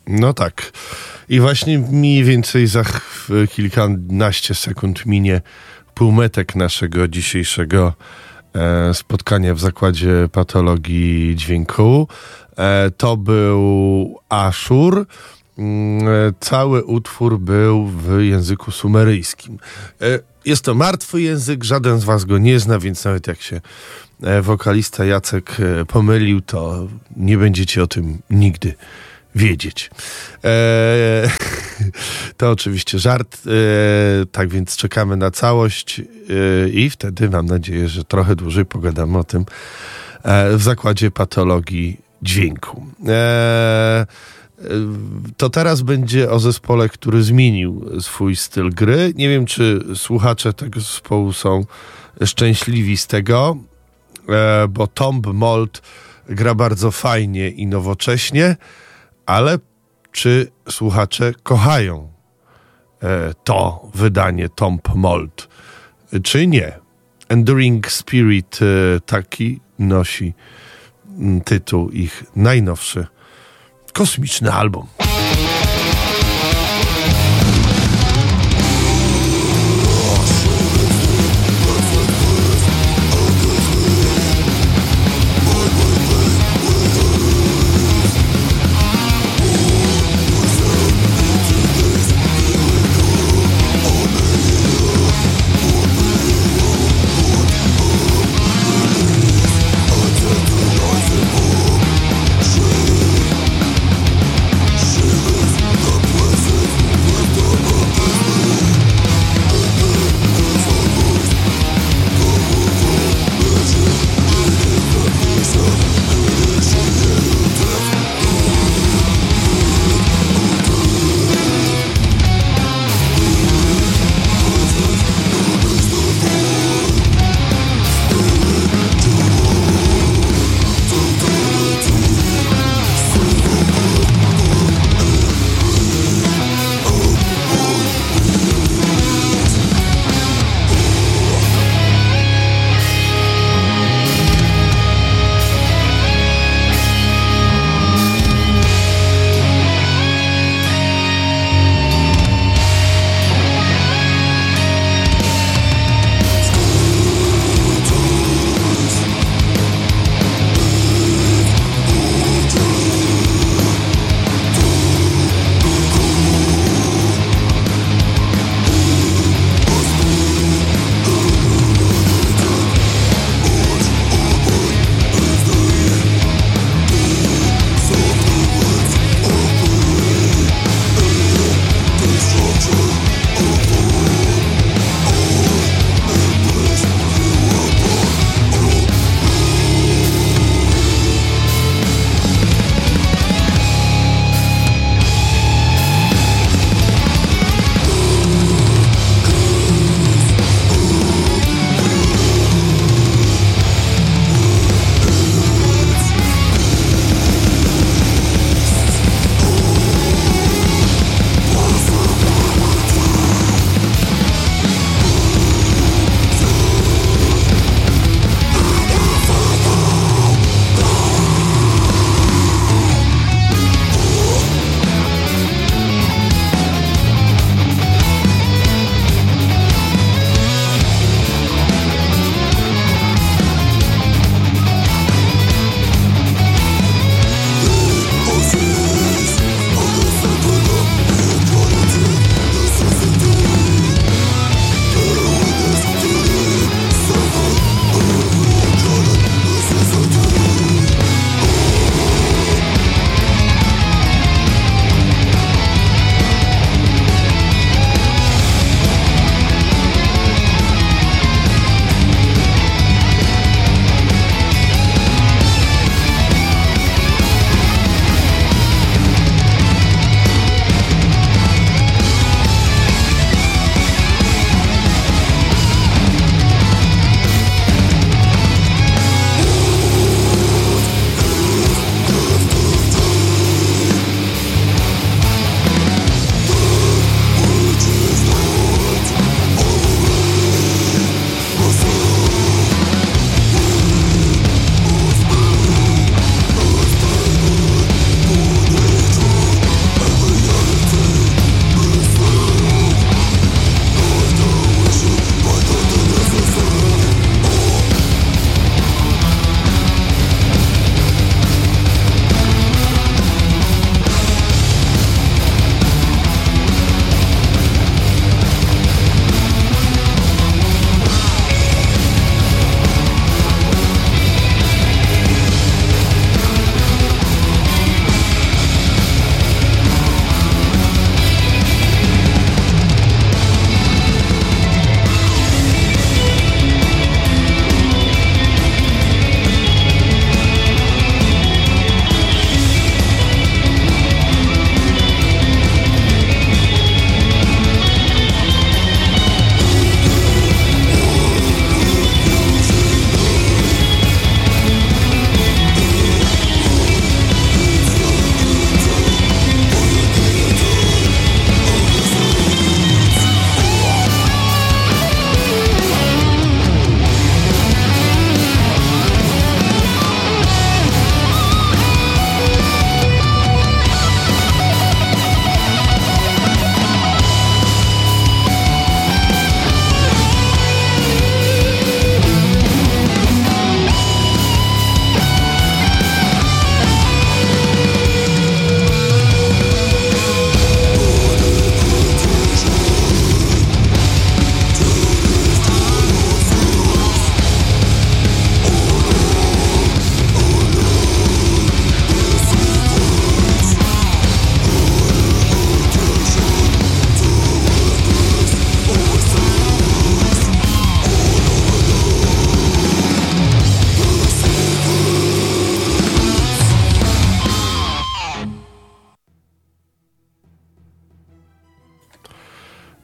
No tak. I właśnie mniej więcej za kilkanaście sekund minie półmetek naszego dzisiejszego spotkania w Zakładzie Patologii Dźwięku. To był Aszur. Cały utwór był w języku sumeryjskim. Jest to martwy język, żaden z was go nie zna, więc nawet jak się wokalista Jacek pomylił, to nie będziecie o tym nigdy wiedzieć. To oczywiście żart, tak więc czekamy na całość i wtedy mam nadzieję, że trochę dłużej pogadamy o tym w Zakładzie Patologii Dźwięku. To teraz będzie o zespole, który zmienił swój styl gry. Nie wiem, czy słuchacze tego zespołu są szczęśliwi z tego, bo Tomb Mold gra bardzo fajnie i nowocześnie, ale czy słuchacze kochają to wydanie Tomb Mold, czy nie? Enduring Spirit, taki nosi tytuł ich najnowszy kosmiczny album. Shit.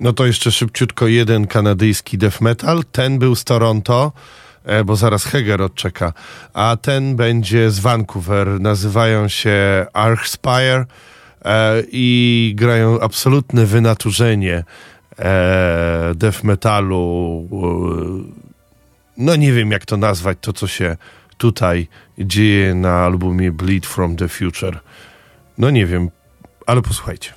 No to jeszcze szybciutko jeden kanadyjski death metal. Ten był z Toronto, bo zaraz Heger odczeka. A ten będzie z Vancouver. Nazywają się Archspire i grają absolutne wynaturzenie death metalu. No nie wiem, jak to nazwać, to co się tutaj dzieje na albumie Bleed from the Future. No nie wiem, ale posłuchajcie.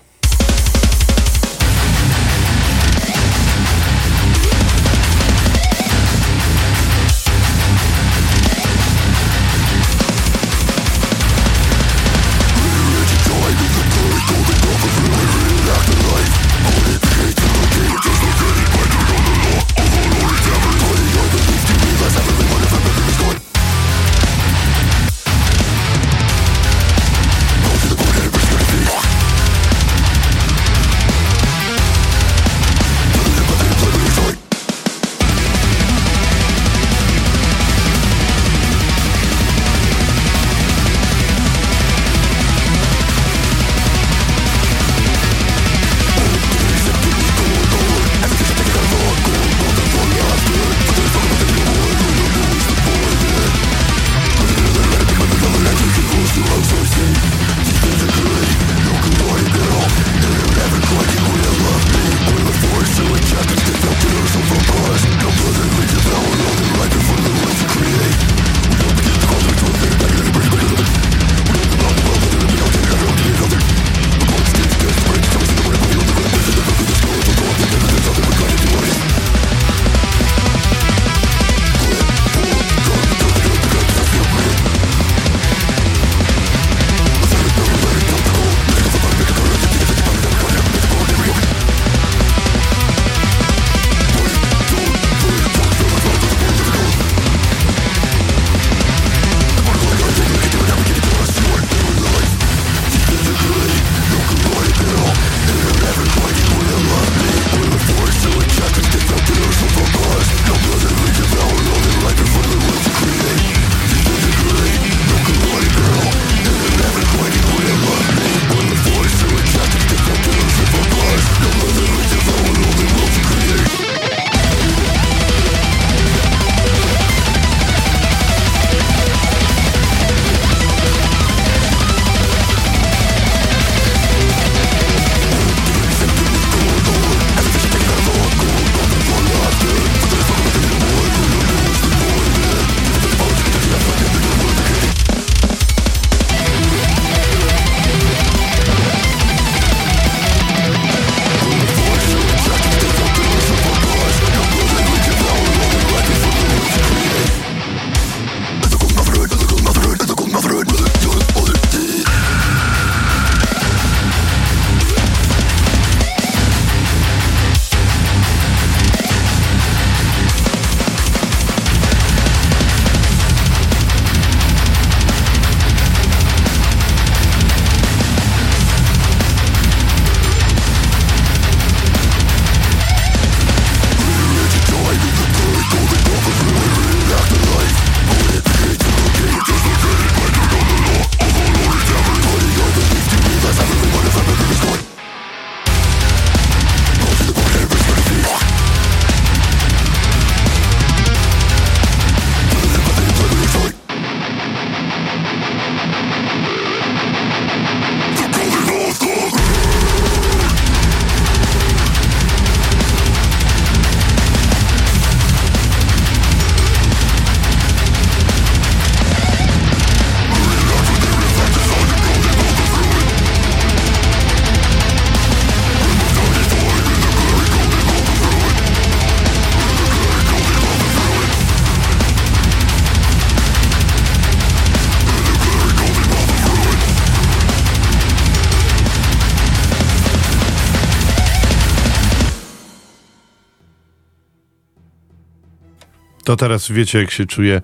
To teraz wiecie, jak się czuje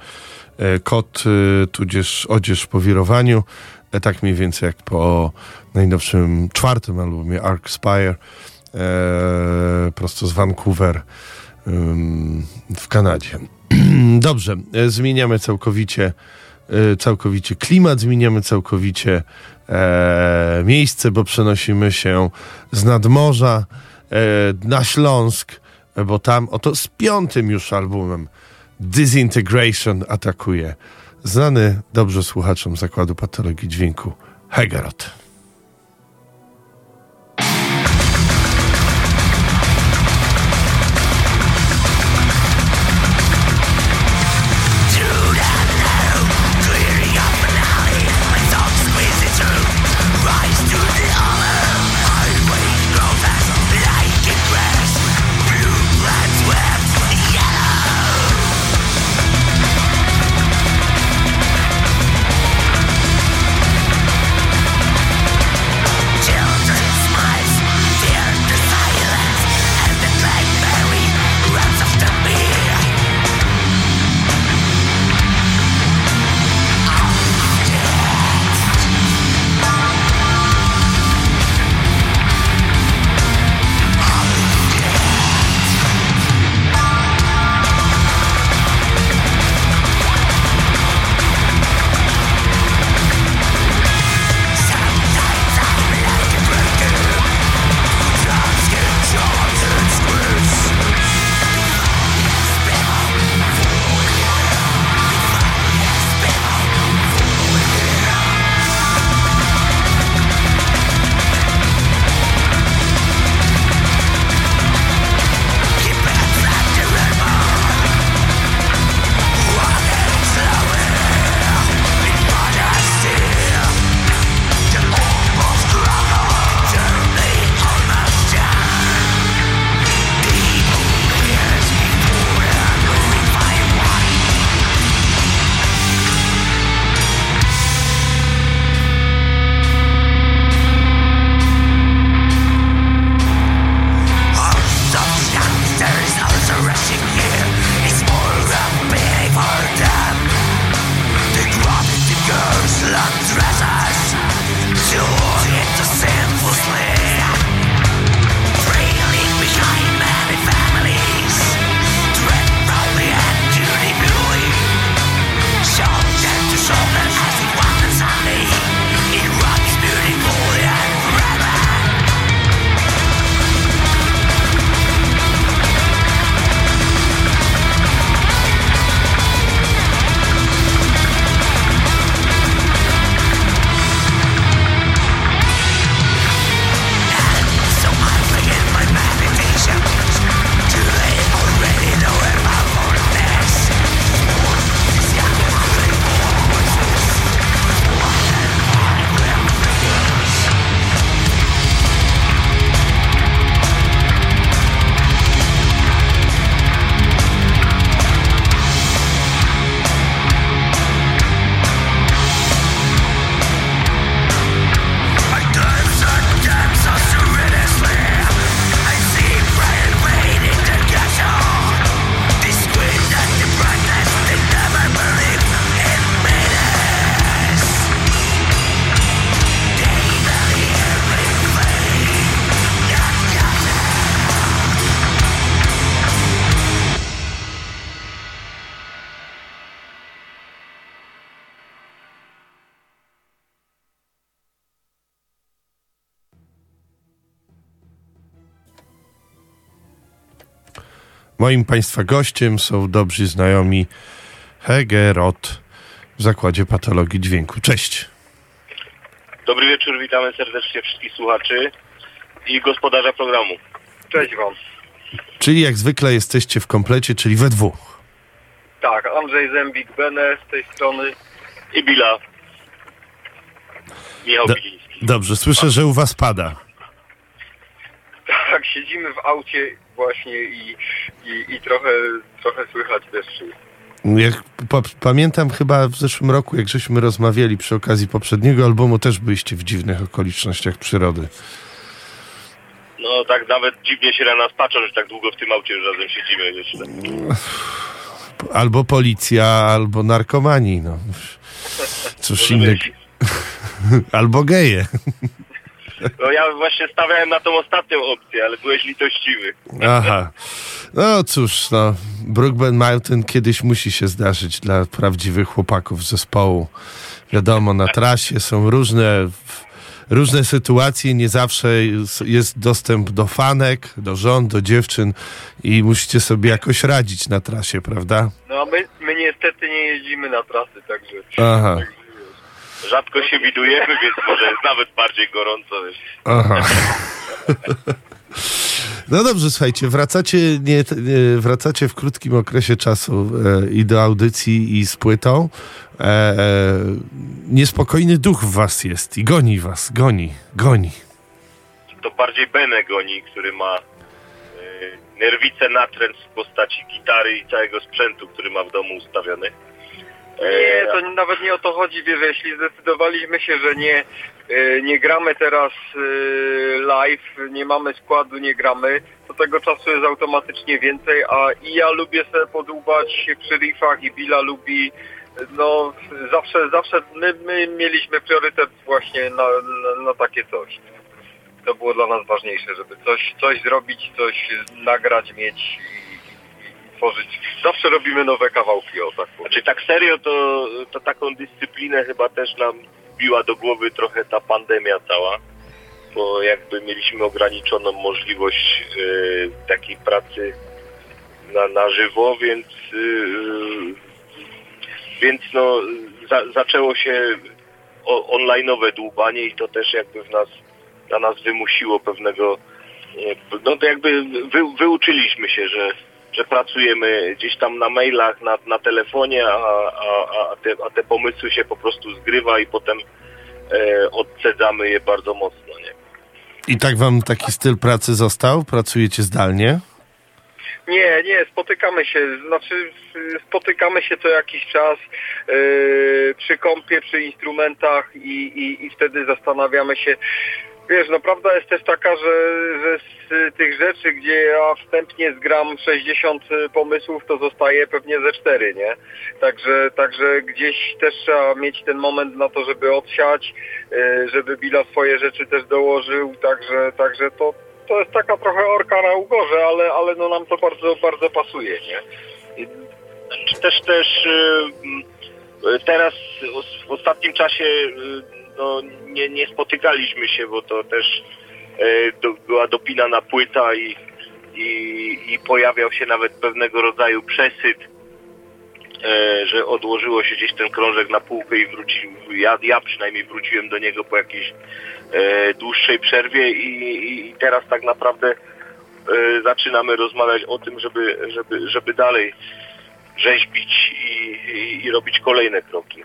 kot, tudzież odzież po wirowaniu. Tak mniej więcej jak po najnowszym 4. albumie Archspire, prosto z Vancouver w Kanadzie. Dobrze, zmieniamy całkowicie klimat, zmieniamy całkowicie miejsce, bo przenosimy się z nadmorza na Śląsk, bo tam oto z 5. już albumem Disintegration atakuje znany dobrze słuchaczom Zakładu Patologii Dźwięku Hegerot. Moim Państwa gościem są dobrzy znajomi Hegerot w Zakładzie Patologii Dźwięku. Cześć. Dobry wieczór, witamy serdecznie wszystkich słuchaczy i gospodarza programu. Cześć wam. Czyli jak zwykle jesteście w komplecie, czyli we dwóch. Tak, Andrzej Zembik-Bene z tej strony. I Bila. Michał Biliński. Dobrze, słyszę, że u was pada. Tak, siedzimy w aucie właśnie i trochę słychać deszczu. Pamiętam chyba w zeszłym roku, jak żeśmy rozmawiali przy okazji poprzedniego albumu, też byliście w dziwnych okolicznościach przyrody. No tak nawet dziwnie się na nas patrzą, że tak długo w tym aucie już razem siedzimy jeszcze. Albo policja, albo narkomani, no. Cóż innego. Albo geje. No ja właśnie stawiałem na tą ostatnią opcję, ale byłeś litościwy. Aha. No cóż, no. Brookbend Mountain kiedyś musi się zdarzyć dla prawdziwych chłopaków zespołu. Wiadomo, na trasie są różne różne sytuacje, nie zawsze jest dostęp do fanek, do żon, do dziewczyn i musicie sobie jakoś radzić na trasie, prawda? No a my niestety nie jeździmy na trasy, także... Aha. Rzadko się widujemy, więc może jest nawet bardziej gorąco. Wiesz. Aha. No dobrze, słuchajcie, wracacie w krótkim okresie czasu i do audycji, i z płytą. Niespokojny duch w was jest i goni was, goni. To bardziej Benę goni, który ma nerwicę natręt w postaci gitary i całego sprzętu, który ma w domu ustawiony. Nie, to nawet nie o to chodzi, wiesz, jeśli zdecydowaliśmy się, że nie gramy teraz live, nie mamy składu, nie gramy, to tego czasu jest automatycznie więcej, a i ja lubię sobie podłubać przy riffach i Billa lubi, no zawsze my mieliśmy priorytet właśnie na takie coś. To było dla nas ważniejsze, żeby coś zrobić, coś nagrać, mieć i tworzyć. Zawsze robimy nowe kawałki, o tak powiem. Znaczy tak serio, to taką dyscyplinę chyba też nam biła do głowy trochę ta pandemia cała, bo jakby mieliśmy ograniczoną możliwość takiej pracy na żywo, więc no zaczęło się online'owe dłubanie i to też jakby na nas wymusiło pewnego, no to jakby wyuczyliśmy się, że pracujemy gdzieś tam na mailach, na telefonie, a te pomysły się po prostu zgrywa i potem odcedzamy je bardzo mocno, nie? I tak wam taki styl pracy został? Pracujecie zdalnie? Nie, spotykamy się co jakiś czas przy kompie, przy instrumentach i wtedy zastanawiamy się. Wiesz, no prawda jest też taka, że z tych rzeczy, gdzie ja wstępnie zgram 60 pomysłów, to zostaje pewnie ze 4, nie? Także gdzieś też trzeba mieć ten moment na to, żeby odsiać, żeby Billa swoje rzeczy też dołożył, także to jest taka trochę orka na ugorze, ale no nam to bardzo, bardzo pasuje, nie? Też teraz w ostatnim czasie no, nie spotykaliśmy się, bo to też była dopinana płyta i pojawiał się nawet pewnego rodzaju przesyt, że odłożyło się gdzieś ten krążek na półkę i wrócił. Ja przynajmniej wróciłem do niego po jakiejś dłuższej przerwie i teraz tak naprawdę zaczynamy rozmawiać o tym, żeby dalej rzeźbić i robić kolejne kroki.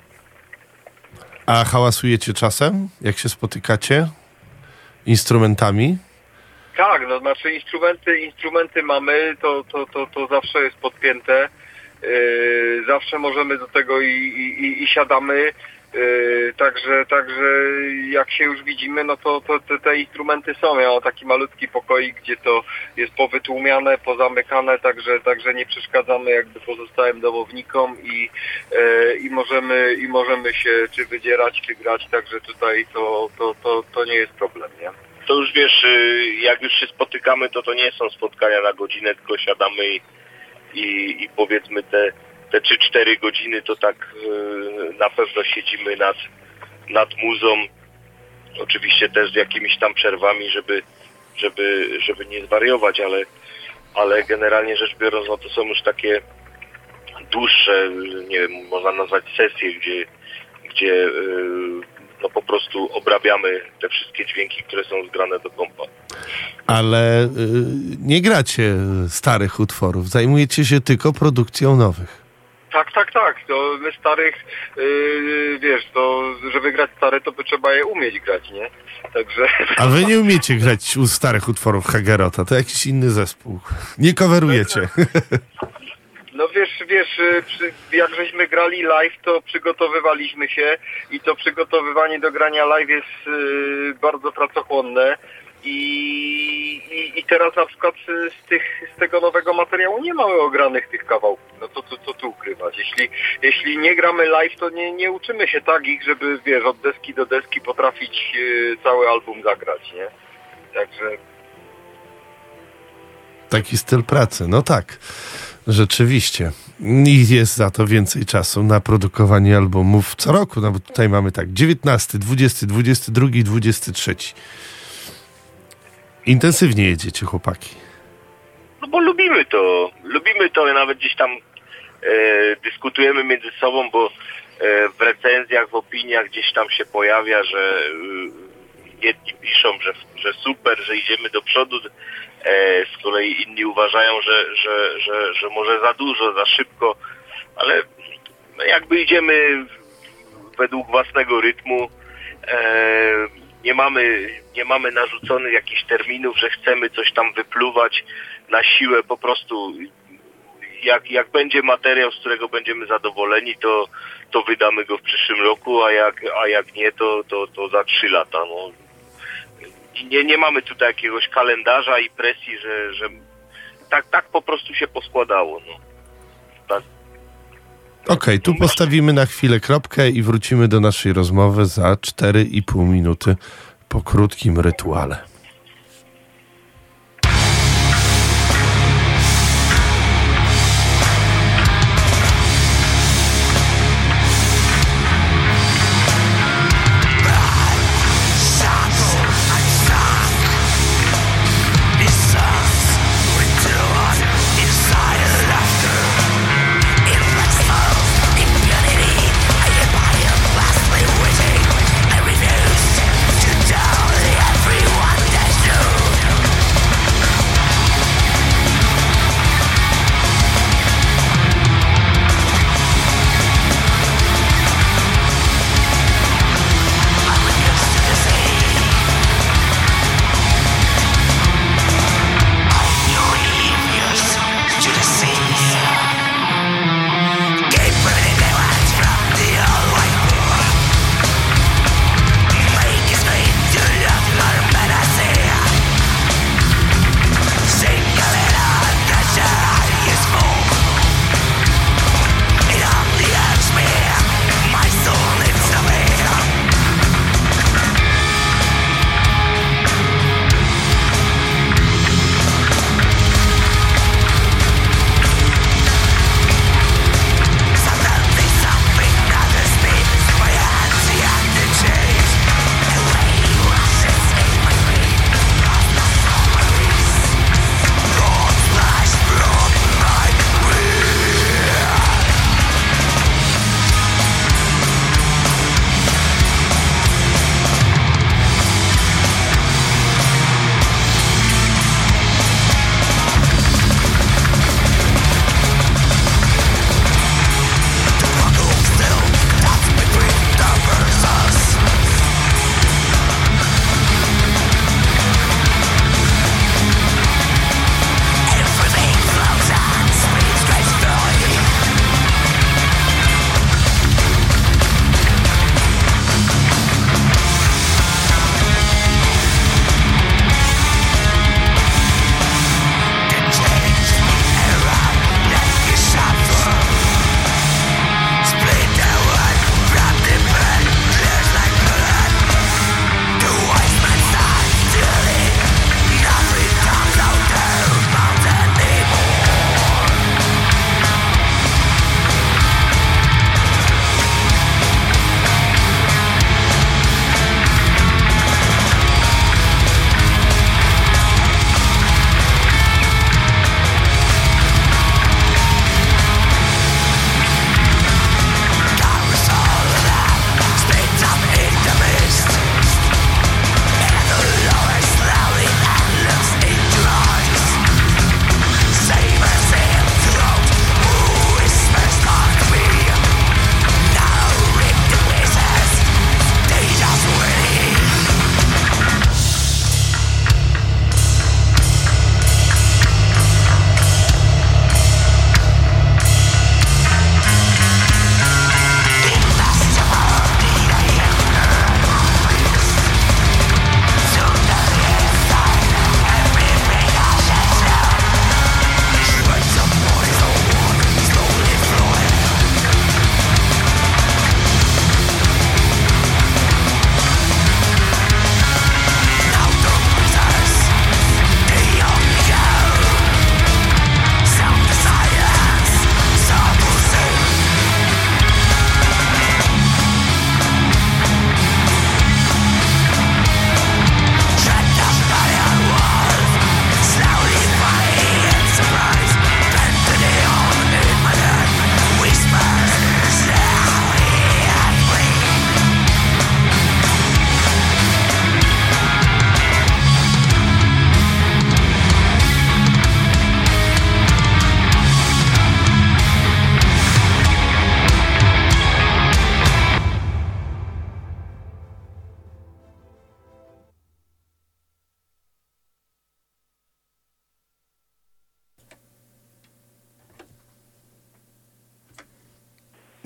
A hałasujecie czasem, jak się spotykacie? Instrumentami? Tak, no znaczy instrumenty mamy, to zawsze jest podpięte. Zawsze możemy do tego i siadamy. Także jak się już widzimy, no to te instrumenty są. Ja mam taki malutki pokoik, gdzie to jest powytłumiane, pozamykane, także nie przeszkadzamy jakby pozostałym domownikom i możemy się czy wydzierać, czy grać, także tutaj to nie jest problem, nie? To już wiesz, jak już się spotykamy, to nie są spotkania na godzinę, tylko siadamy i powiedzmy te 3-4 godziny to tak na pewno siedzimy nad muzą, oczywiście też z jakimiś tam przerwami, żeby nie zwariować, ale generalnie rzecz biorąc, no to są już takie dłuższe, nie wiem, można nazwać sesje, gdzie no po prostu obrabiamy te wszystkie dźwięki, które są zgrane do kompa. Ale nie gracie starych utworów, zajmujecie się tylko produkcją nowych. Tak. To my starych, wiesz, to żeby grać stare, to by trzeba je umieć grać, nie? Także... A wy nie umiecie grać u starych utworów Hagerota, to jakiś inny zespół. Nie coverujecie. No wiesz, jak żeśmy grali live, to przygotowywaliśmy się i to przygotowywanie do grania live jest bardzo pracochłonne. I teraz na przykład z tego nowego materiału nie mamy ogranych tych kawałków. No to co tu ukrywać? Jeśli nie gramy live, to nie uczymy się takich, żeby wiesz, od deski do deski potrafić cały album zagrać, nie? Także... Taki styl pracy, no tak, rzeczywiście. I jest za to więcej czasu na produkowanie albumów co roku. No bo tutaj mamy tak 19, 20, 22, 23. Intensywnie jedziecie, chłopaki. No bo lubimy to, nawet gdzieś tam dyskutujemy między sobą, bo w recenzjach, w opiniach gdzieś tam się pojawia, że jedni piszą, że super, że idziemy do przodu, z kolei inni uważają, że może za dużo, za szybko, ale jakby według własnego rytmu, nie mamy narzuconych jakichś terminów, że chcemy coś tam wypluwać na siłę, po prostu jak będzie materiał, z którego będziemy zadowoleni, to wydamy go w przyszłym roku, a jak nie, to za 3 lata. No. Nie mamy tutaj jakiegoś kalendarza i presji, że tak po prostu się poskładało. No. Tak. Okej, tu postawimy na chwilę kropkę i wrócimy do naszej rozmowy za 4,5 minuty po krótkim rytuale. Everyone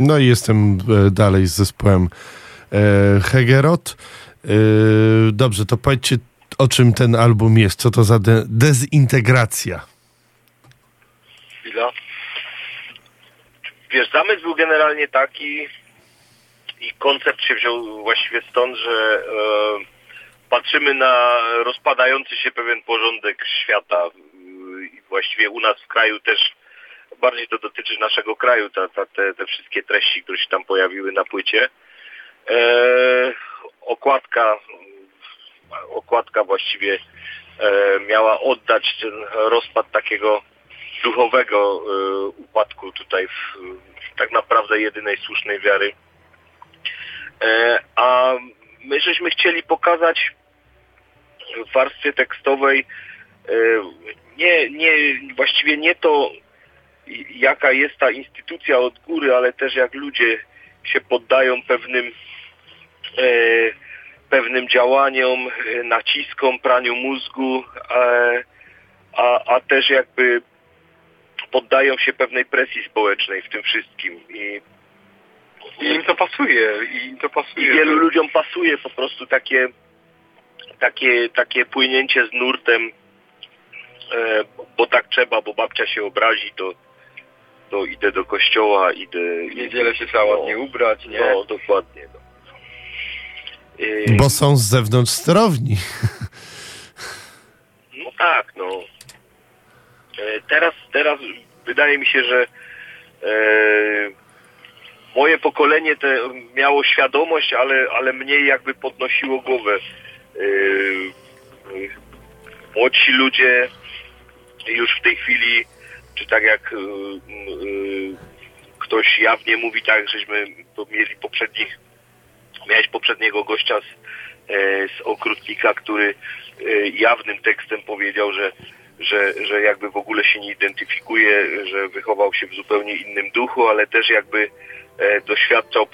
No i jestem dalej z zespołem Hegerot. Dobrze, to powiedzcie, o czym ten album jest. Co to za dezintegracja? Chwila. Wiesz, zamysł był generalnie taki i koncept się wziął właściwie stąd, że patrzymy na rozpadający się pewien porządek świata i właściwie u nas w kraju też bardziej to dotyczy naszego kraju, te wszystkie treści, które się tam pojawiły na płycie. Okładka właściwie miała oddać ten rozpad takiego duchowego upadku tutaj w tak naprawdę jedynej słusznej wiary. A my żeśmy chcieli pokazać w warstwie tekstowej właściwie nie to, jaka jest ta instytucja od góry, ale też jak ludzie się poddają pewnym działaniom, naciskom, praniu mózgu, a też jakby poddają się pewnej presji społecznej w tym wszystkim. I im to pasuje. I wielu ludziom pasuje po prostu takie płynięcie z nurtem, bo tak trzeba, bo babcia się obrazi, to idę do kościoła, Niedzielę się trzeba ładnie ubrać, nie? No, dokładnie. No. Bo są z zewnątrz sterowni. No tak, no. Teraz wydaje mi się, że moje pokolenie miało świadomość, ale mniej jakby podnosiło głowę. Młodsi ludzie już w tej chwili, czy tak jak ktoś jawnie mówi, tak, żeśmy miałeś poprzedniego gościa z Okrutnika, który jawnym tekstem powiedział, że jakby w ogóle się nie identyfikuje, że wychował się w zupełnie innym duchu, ale też jakby doświadczał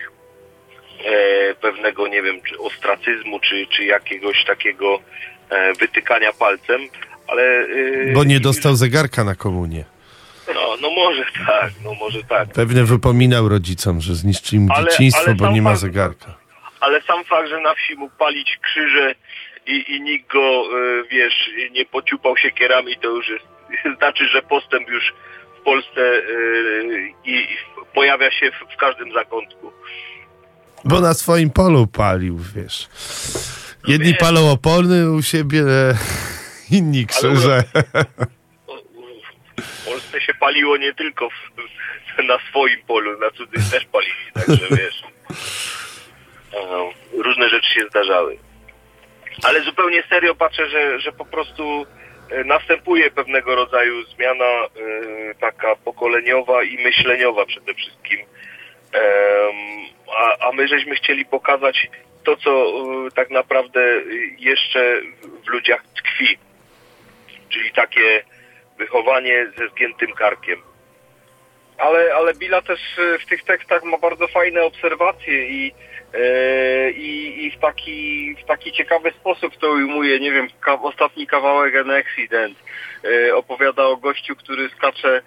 pewnego, nie wiem, czy ostracyzmu, czy jakiegoś takiego wytykania palcem, ale... Bo nie dostał zegarka na komunię. No może tak. Pewnie wypominał rodzicom, że zniszczyli mu dzieciństwo, bo nie ma zegarka. Ale sam fakt, że na wsi mógł palić krzyże i nikt go, nie pociupał siekierami, to już znaczy, że postęp już w Polsce i pojawia się w każdym zakątku. Bo na swoim polu palił, wiesz. Jedni palą opony u siebie, inni krzyże. W Polsce się paliło nie tylko na swoim polu, na cudzym też palili, także wiesz. Różne rzeczy się zdarzały. Ale zupełnie serio patrzę, że po prostu następuje pewnego rodzaju zmiana taka pokoleniowa i myśleniowa przede wszystkim. A my żeśmy chcieli pokazać to, co tak naprawdę jeszcze w ludziach tkwi. Czyli takie wychowanie ze zgiętym karkiem. Ale Billa też w tych tekstach ma bardzo fajne obserwacje i w taki ciekawy sposób to ujmuje. Nie wiem, ostatni kawałek An Accident opowiada o gościu, który skacze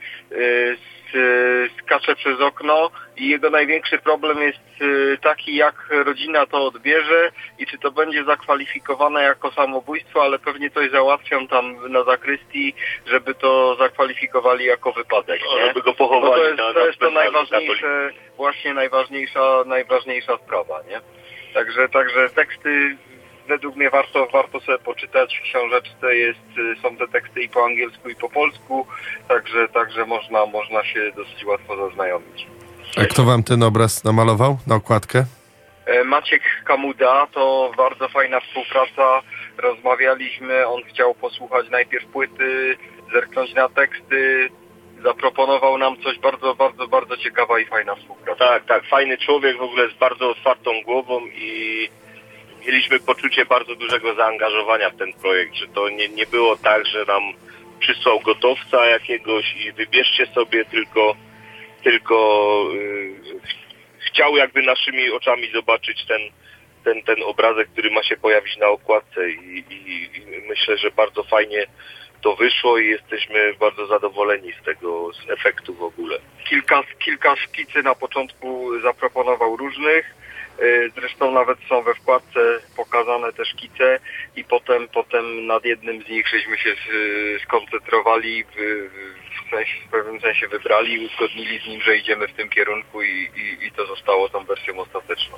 przez okno i jego największy problem jest taki, jak rodzina to odbierze i czy to będzie zakwalifikowane jako samobójstwo, ale pewnie coś załatwią tam na zakrystii, żeby to zakwalifikowali jako wypadek, nie? Żeby go pochowali. To jest to najważniejsze, właśnie najważniejsza sprawa, nie? Także teksty według mnie warto sobie poczytać. W książeczce są te teksty i po angielsku, i po polsku, także można się dosyć łatwo zaznajomić. A kto wam ten obraz namalował na okładkę? Maciek Kamuda, to bardzo fajna współpraca. Rozmawialiśmy, on chciał posłuchać najpierw płyty, zerknąć na teksty, zaproponował nam coś bardzo ciekawa i fajna współpraca. Tak, fajny człowiek, w ogóle z bardzo otwartą głową i mieliśmy poczucie bardzo dużego zaangażowania w ten projekt, że to nie było tak, że nam przysłał gotowca jakiegoś i wybierzcie sobie, tylko chciał jakby naszymi oczami zobaczyć ten obrazek, który ma się pojawić na okładce i myślę, że bardzo fajnie to wyszło i jesteśmy bardzo zadowoleni z tego, z efektu w ogóle. Kilka szkicy na początku zaproponował różnych, zresztą nawet są we wkładce pokazane te szkice i potem nad jednym z nich żeśmy się skoncentrowali, w pewnym sensie wybrali i uzgodnili z nim, że idziemy w tym kierunku i to zostało tą wersją ostateczną.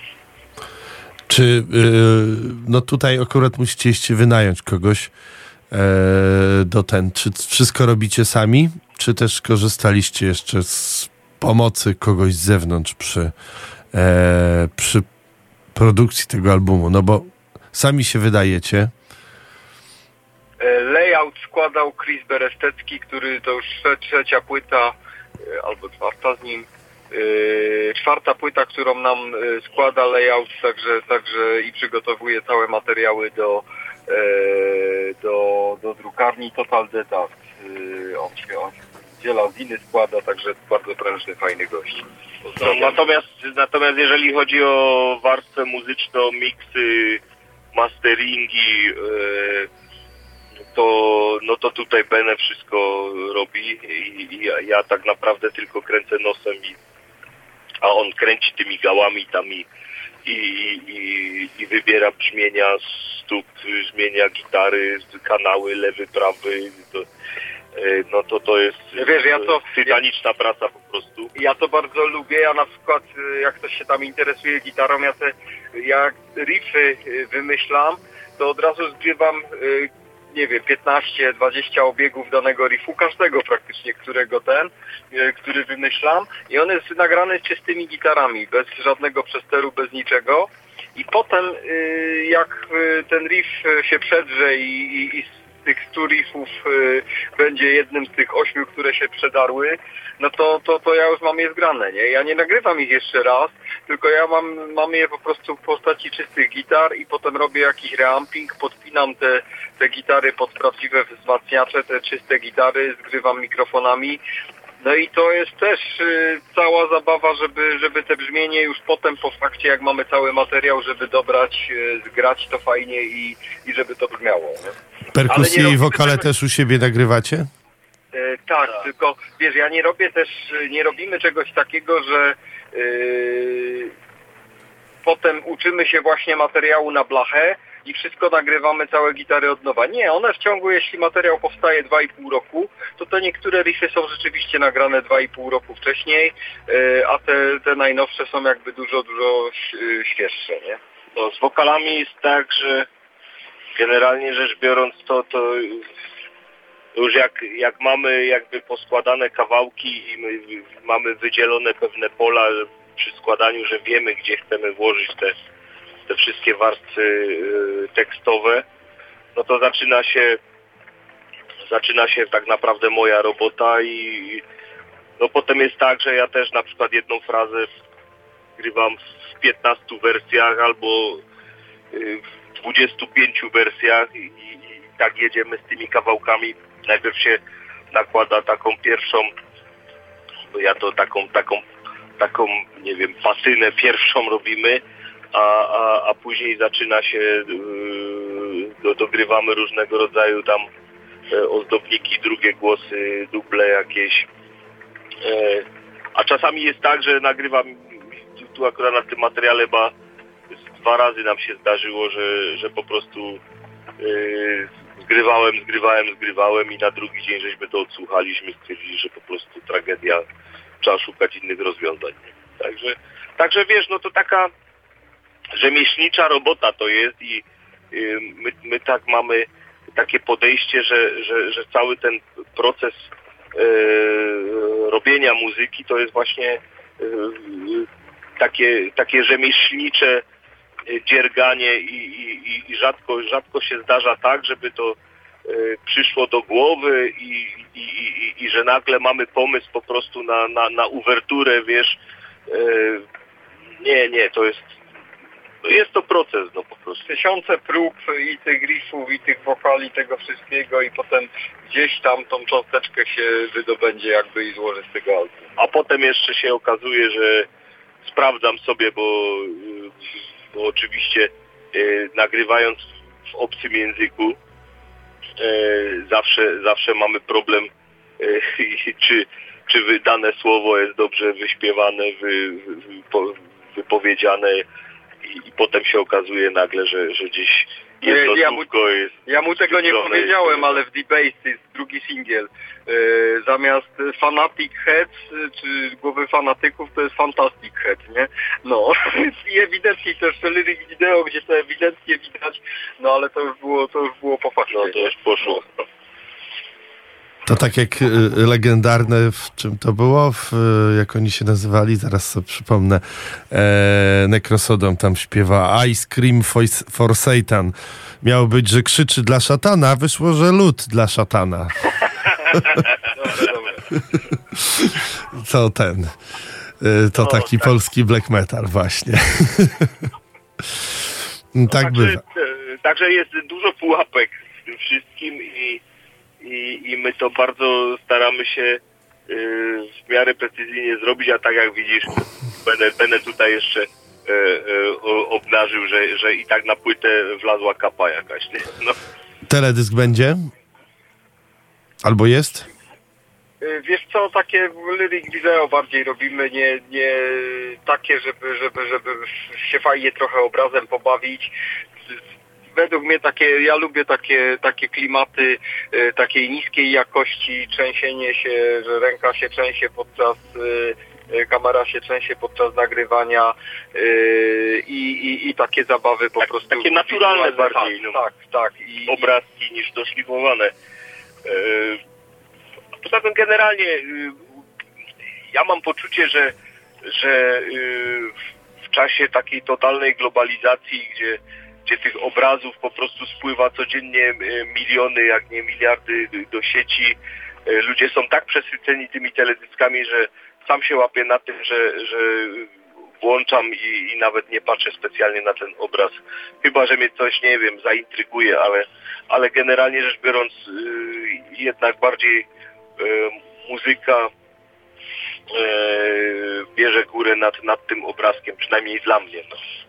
Czy no tutaj akurat musicie jeszcze wynająć kogoś czy wszystko robicie sami, czy też korzystaliście jeszcze z pomocy kogoś z zewnątrz przy produkcji tego albumu? No bo sami się wydajecie. Layout składał Chris Berestecki, który to już trzecia płyta, albo czwarta z nim. Czwarta płyta, którą nam składa layout, także i przygotowuje całe materiały do drukarni Total Detach. On się dziela ziny składa, także bardzo prężny, fajny gość. Natomiast jeżeli chodzi o warstwę muzyczną, miksy, masteringi, to tutaj Bene wszystko robi i ja tak naprawdę tylko kręcę nosem, a on kręci tymi gałami tam i wybiera brzmienia, stóp, zmienia gitary, kanały, lewy, prawy. To jest tytaniczna praca po prostu. Ja to bardzo lubię. Ja na przykład, jak ktoś się tam interesuje gitarą, jak riffy wymyślam, to od razu zgrywam 15-20 obiegów danego riffu, każdego praktycznie, który wymyślam, i on jest nagrany z czystymi gitarami, bez żadnego przesteru, bez niczego, i potem jak ten riff się przedrze i z tych 100 riffów będzie jednym z tych 8, które się przedarły, no to ja już mam je zgrane, nie? Ja nie nagrywam ich jeszcze raz, tylko ja mam je po prostu w postaci czystych gitar i potem robię jakiś reamping, podpinam te gitary pod prawdziwe wzmacniacze, te czyste gitary, zgrywam mikrofonami. No i to jest też cała zabawa, żeby te brzmienie już potem po fakcie, jak mamy cały materiał, żeby dobrać, zgrać to fajnie i żeby to brzmiało. Nie? Perkusję i wokale też u siebie nagrywacie? Tak, tylko wiesz, nie robimy czegoś takiego, że potem uczymy się właśnie materiału na blachę i wszystko nagrywamy, całe gitary od nowa. Nie, one w ciągu, jeśli materiał powstaje 2,5 roku, to te niektóre riffy są rzeczywiście nagrane 2,5 roku wcześniej, a te najnowsze są jakby dużo świeższe, nie? No, z wokalami jest tak, że generalnie rzecz biorąc to już jak mamy jakby poskładane kawałki i mamy wydzielone pewne pola przy składaniu, że wiemy, gdzie chcemy włożyć te wszystkie warstwy tekstowe, no to zaczyna się tak naprawdę moja robota i no potem jest tak, że ja też na przykład jedną frazę grywam w 15 wersjach albo w 25 wersjach i tak jedziemy z tymi kawałkami. Najpierw się nakłada taką pierwszą, bo ja to taką nie wiem, patynę pierwszą robimy, a później zaczyna się, dogrywamy różnego rodzaju tam ozdobniki, drugie głosy, duble jakieś. A czasami jest tak, że nagrywam, tu akurat na tym materiale chyba 2 razy nam się zdarzyło, że po prostu zgrywałem i na drugi dzień żeśmy to odsłuchaliśmy, stwierdzili, że po prostu tragedia, trzeba szukać innych rozwiązań. Także wiesz, no to taka rzemieślnicza robota to jest i my tak mamy takie podejście, że cały ten proces robienia muzyki to jest właśnie takie rzemieślnicze dzierganie i rzadko się zdarza tak, żeby to przyszło do głowy i że nagle mamy pomysł po prostu na uwerturę, wiesz. Nie, to jest to proces, no po prostu. Tysiące prób i tych riffów, i tych wokali, tego wszystkiego i potem gdzieś tam tą cząsteczkę się wydobędzie jakby i złoży z tego albumu. A potem jeszcze się okazuje, że sprawdzam sobie, bo oczywiście nagrywając w obcym języku zawsze mamy problem, czy wydane słowo jest dobrze wyśpiewane, wypowiedziane i potem się okazuje nagle, że gdzieś jedno słówko jest... Ja mu tego nie powiedziałem, ale w D-Bass jest drugi singiel. Zamiast Fanatic Heads, czy głowy fanatyków, to jest Fantastic Head, nie? No, i ewidentnie też te lyric wideo, gdzie to ewidentnie widać, no ale to już było po fakcie. No to już poszło. To tak jak legendarne, w czym to było, jak oni się nazywali, zaraz sobie przypomnę, Necrosodom tam śpiewa I Scream for Satan. Miało być, że krzyczy dla szatana, a wyszło, że lód dla szatana. Dobre. To taki polski black metal właśnie. Tak bywa. Także jest dużo pułapek w tym wszystkim i my to bardzo staramy się w miarę precyzyjnie zrobić, a tak jak widzisz, będę tutaj jeszcze obnażył, że i tak na płytę wlazła kapa jakaś. Nie? No. Teledysk będzie? Albo jest? Wiesz co, takie lyric wideo bardziej robimy, nie takie, żeby się fajnie trochę obrazem pobawić. Według mnie ja lubię takie klimaty takiej niskiej jakości, trzęsienie się, że ręka się trzęsie kamera się trzęsie podczas nagrywania i takie zabawy po prostu. Takie naturalne bardziej. Tak. Obrazki niż doszlifowane. Poza tym generalnie ja mam poczucie, że w czasie takiej totalnej globalizacji, gdzie tych obrazów po prostu spływa codziennie miliony, jak nie miliardy do sieci, ludzie są tak przesyceni tymi teledyskami, że sam się łapię na tym, że włączam i nawet nie patrzę specjalnie na ten obraz. Chyba że mnie coś, nie wiem, zaintryguje, ale generalnie rzecz biorąc jednak bardziej muzyka bierze górę nad tym obrazkiem, przynajmniej dla mnie.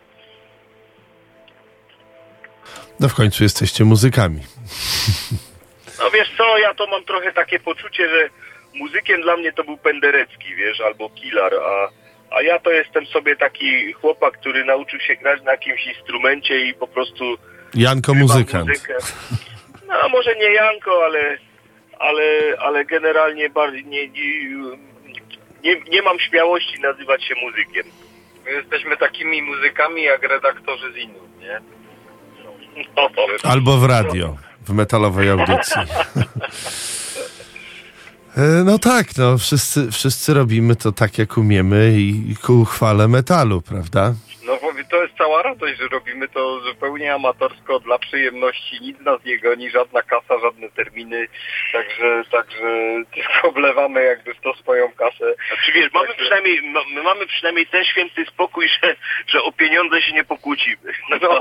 No w końcu jesteście muzykami. No wiesz co, ja to mam trochę takie poczucie, że muzykiem dla mnie to był Penderecki, wiesz, albo Kilar, a ja to jestem sobie taki chłopak, który nauczył się grać na jakimś instrumencie i po prostu... Janko muzykant. No może nie Janko, ale generalnie bardziej nie mam śmiałości nazywać się muzykiem. My jesteśmy takimi muzykami jak redaktorzy z innych, nie? Albo w radio, w metalowej audycji. No tak, no wszyscy robimy to tak jak umiemy i ku chwale metalu, prawda? No bo to jest cała radość, że robimy to zupełnie amatorsko, dla przyjemności, nic nas nie goni, żadna kasa, żadne terminy, także tylko wlewamy jakby w to swoją kasę. Znaczy wiesz, my mamy przynajmniej ten święty spokój, że o pieniądze się nie pokłócimy.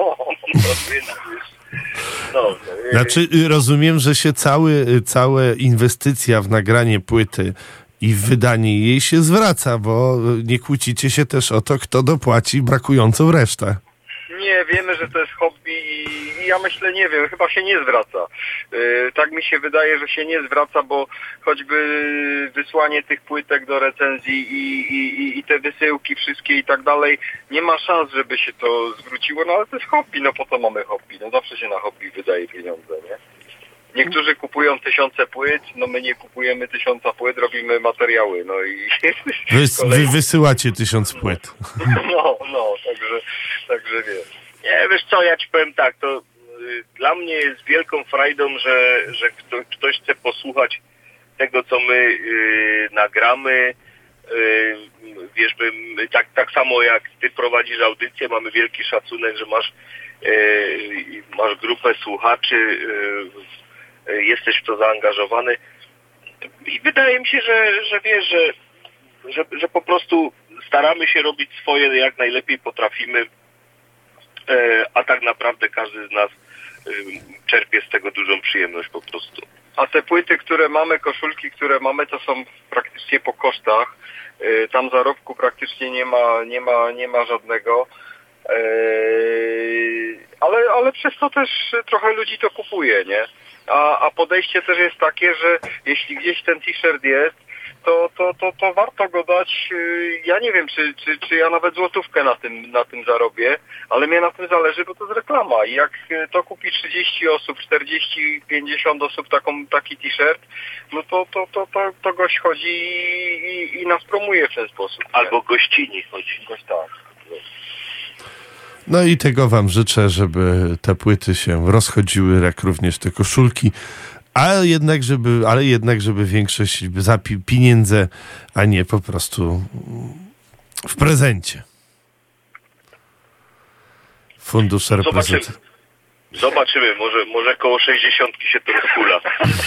Znaczy rozumiem, że się cała inwestycja w nagranie płyty i w wydanie jej się zwraca, bo nie kłócicie się też o to, kto dopłaci brakującą resztę. Nie, wiemy, że to jest hobby i ja myślę, nie wiem, chyba się nie zwraca. Tak mi się wydaje, że się nie zwraca, bo choćby wysłanie tych płytek do recenzji i te wysyłki wszystkie i tak dalej, nie ma szans, żeby się to zwróciło, no ale to jest hobby, no po co mamy hobby? No zawsze się na hobby wydaje pieniądze, nie? Niektórzy kupują 1000 płyt, no my nie kupujemy 1000 płyt, robimy materiały, no i... Wy wysyłacie 1000 płyt. No, także wiesz. Nie, wiesz co, ja ci powiem tak, to dla mnie jest wielką frajdą, że ktoś chce posłuchać tego, co my nagramy. Wiesz, tak samo jak ty prowadzisz audycję, mamy wielki szacunek, że masz grupę słuchaczy, jesteś w to zaangażowany i wydaje mi się, że wiesz, że po prostu staramy się robić swoje jak najlepiej potrafimy, a tak naprawdę każdy z nas czerpie z tego dużą przyjemność po prostu. A te płyty, które mamy, koszulki, które mamy, to są praktycznie po kosztach. Tam zarobku praktycznie nie ma żadnego. Ale przez to też trochę ludzi to kupuje, nie? A podejście też jest takie, że jeśli gdzieś ten t-shirt jest, to warto go dać. Ja nie wiem, czy ja nawet złotówkę na tym zarobię, ale mnie na tym zależy, bo to jest reklama. I jak to kupi 30 osób, 40, 50 osób taki t-shirt, no to gość chodzi i nas promuje w ten sposób. Albo gościni chodzi. Tak. No i tego wam życzę, żeby te płyty się rozchodziły, jak również te koszulki, ale jednak, żeby większość za pieniądze, a nie po prostu w prezencie. Fundusz reprezentacji. Zobaczymy, może koło 60 się to rozkula.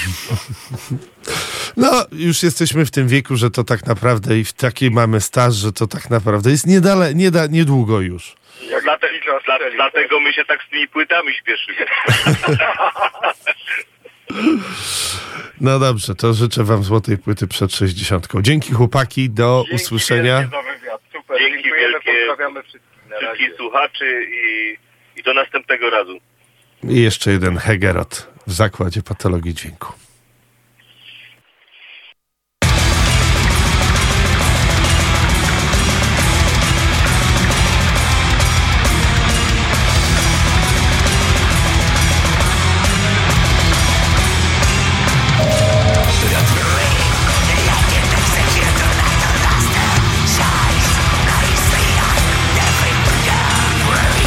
No, już jesteśmy w tym wieku, że to tak naprawdę i w takiej mamy staż, że to tak naprawdę jest niedługo już. Dlatego my się tak z tymi płytami śpieszymy. No dobrze, to życzę wam złotej płyty przed 60. Dzięki chłopaki, do usłyszenia. Dzięki za wywiad. Super, Dzięki dziękujemy, wielkie. pozdrawiamy wszystkich Słuchaczy i do następnego razu. I jeszcze jeden Hegerot w Zakładzie Patologii Dźwięku.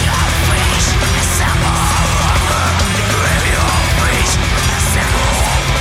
Simple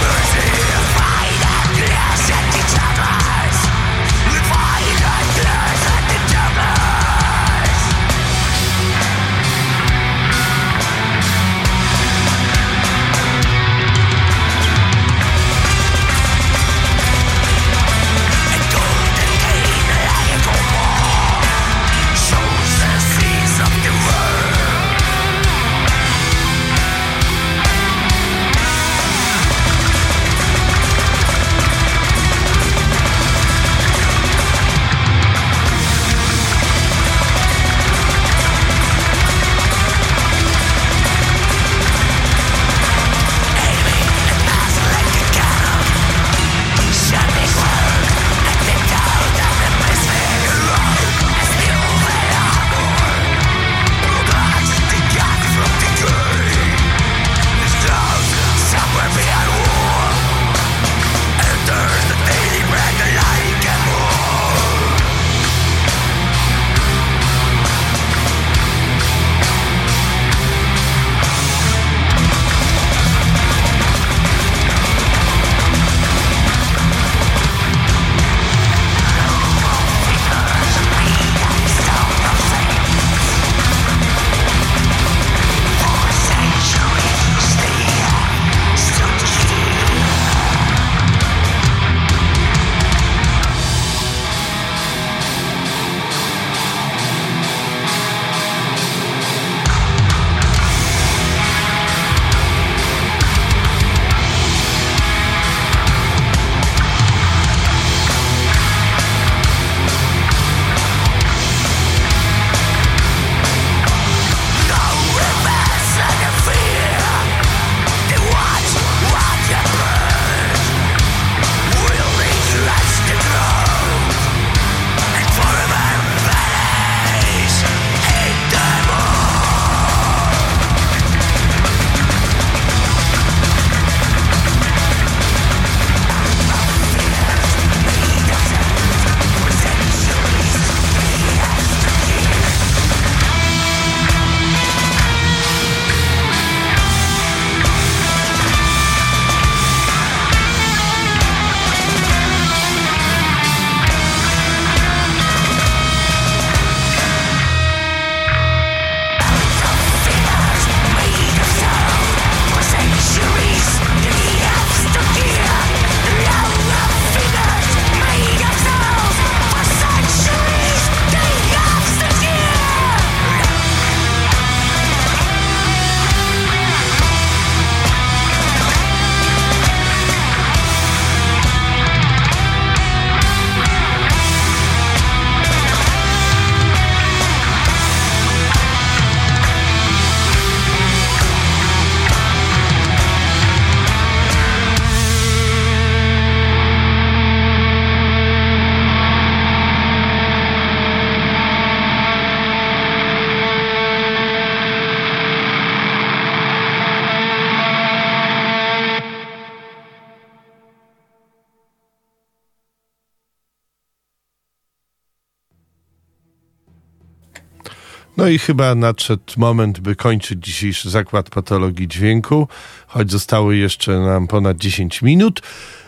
No i chyba nadszedł moment, by kończyć dzisiejszy zakład patologii dźwięku, choć zostało jeszcze nam ponad 10 minut.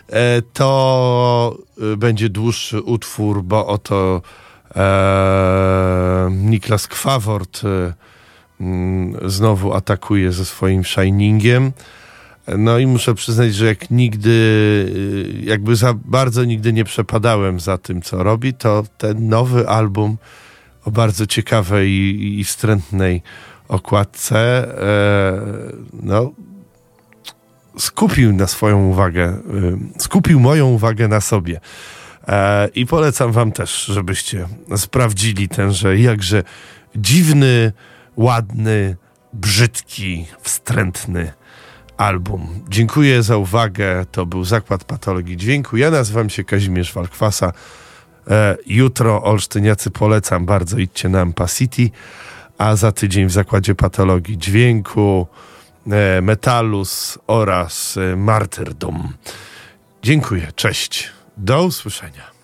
To będzie dłuższy utwór, bo oto Niklas Kwawort znowu atakuje ze swoim Shiningiem. No i muszę przyznać, że jak jakby za bardzo nigdy nie przepadałem za tym, co robi, to ten nowy album o bardzo ciekawej i wstrętnej okładce skupił moją uwagę na sobie. I polecam wam też, żebyście sprawdzili tenże jakże dziwny, ładny, brzydki, wstrętny album. Dziękuję za uwagę. To był Zakład Patologii Dźwięku. Ja nazywam się Kazimierz Walkwasa. Jutro olsztyniacy polecam bardzo, idźcie na Ampa City, a za tydzień w Zakładzie Patologii Dźwięku Metalus oraz Martyrdom. Dziękuję, cześć, do usłyszenia.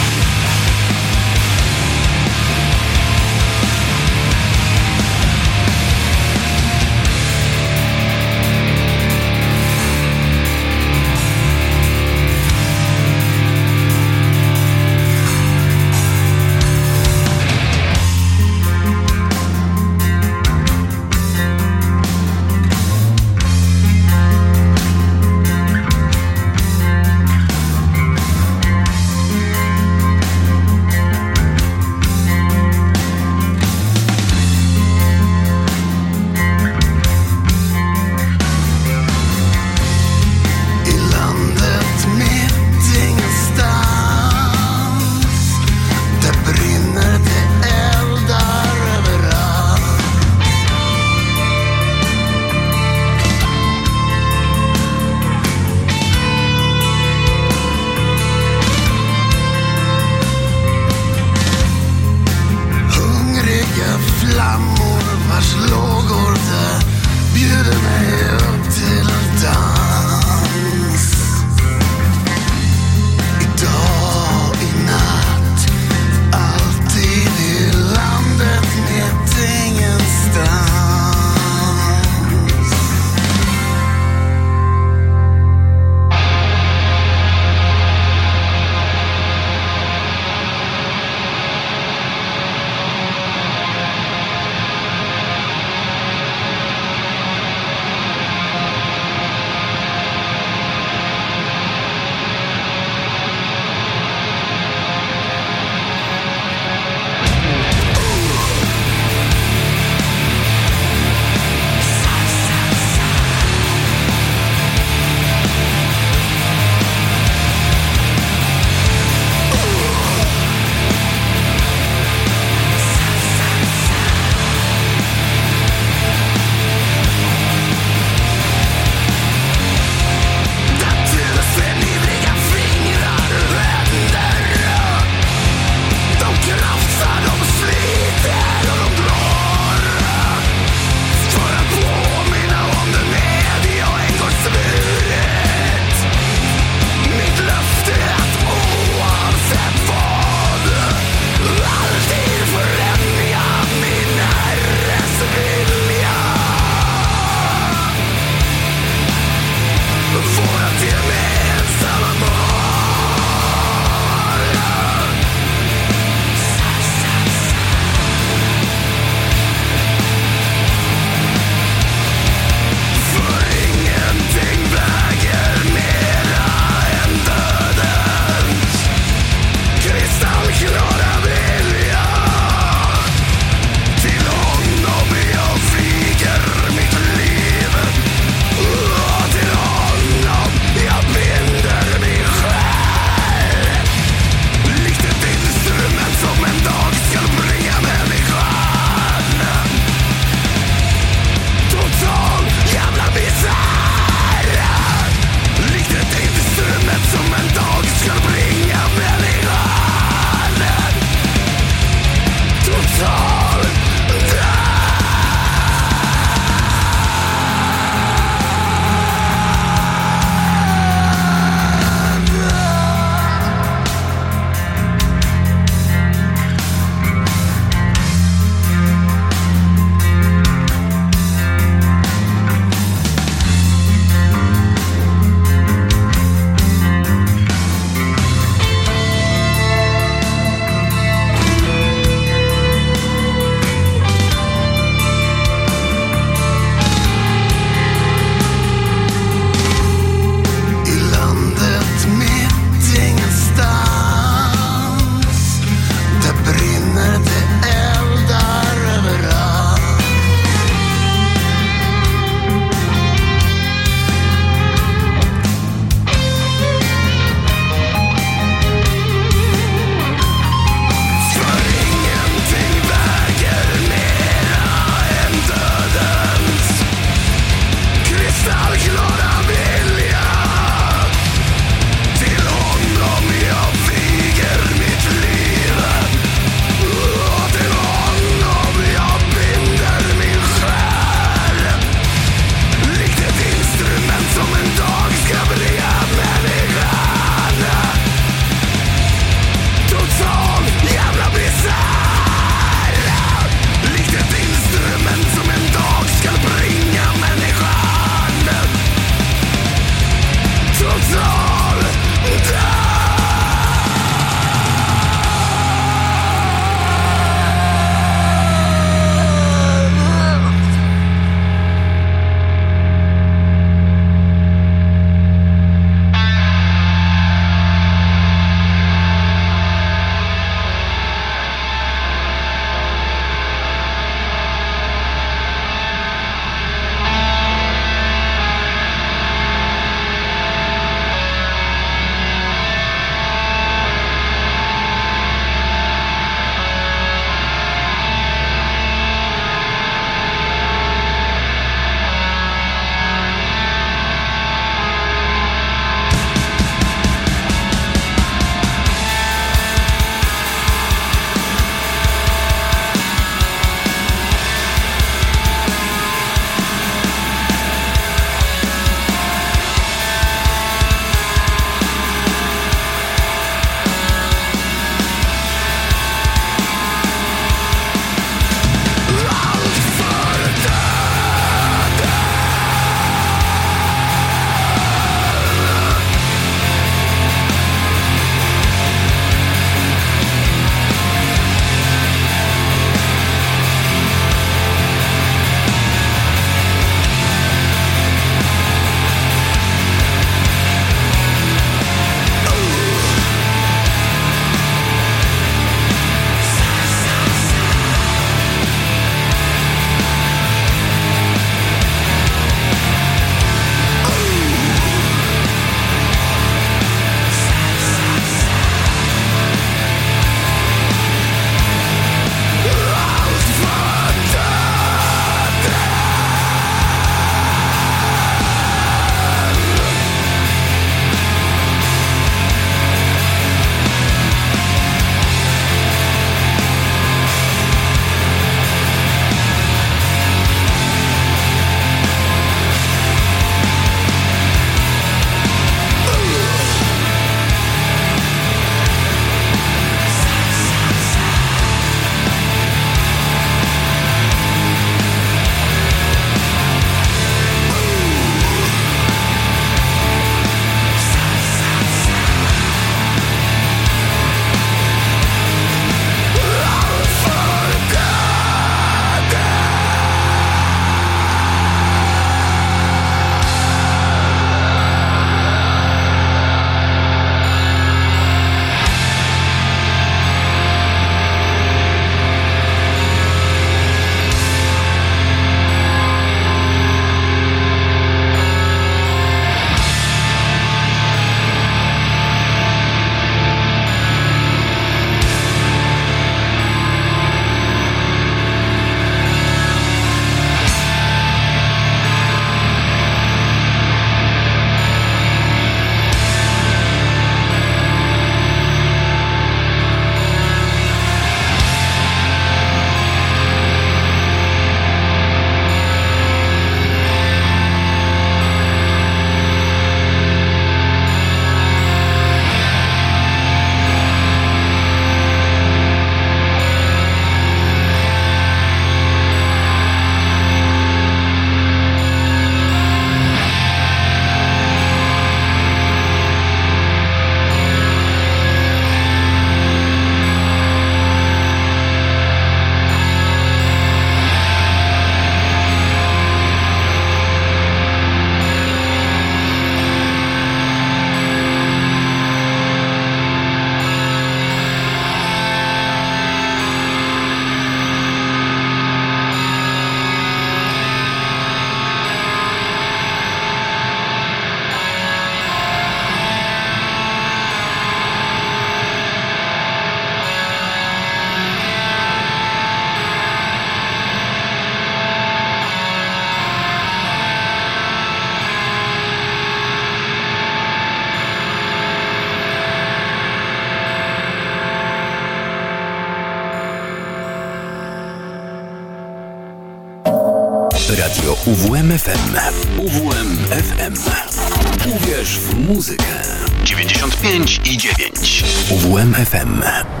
Radio UWMFM. UWMFM. Uwierz w muzykę. 95,9. UWMFM.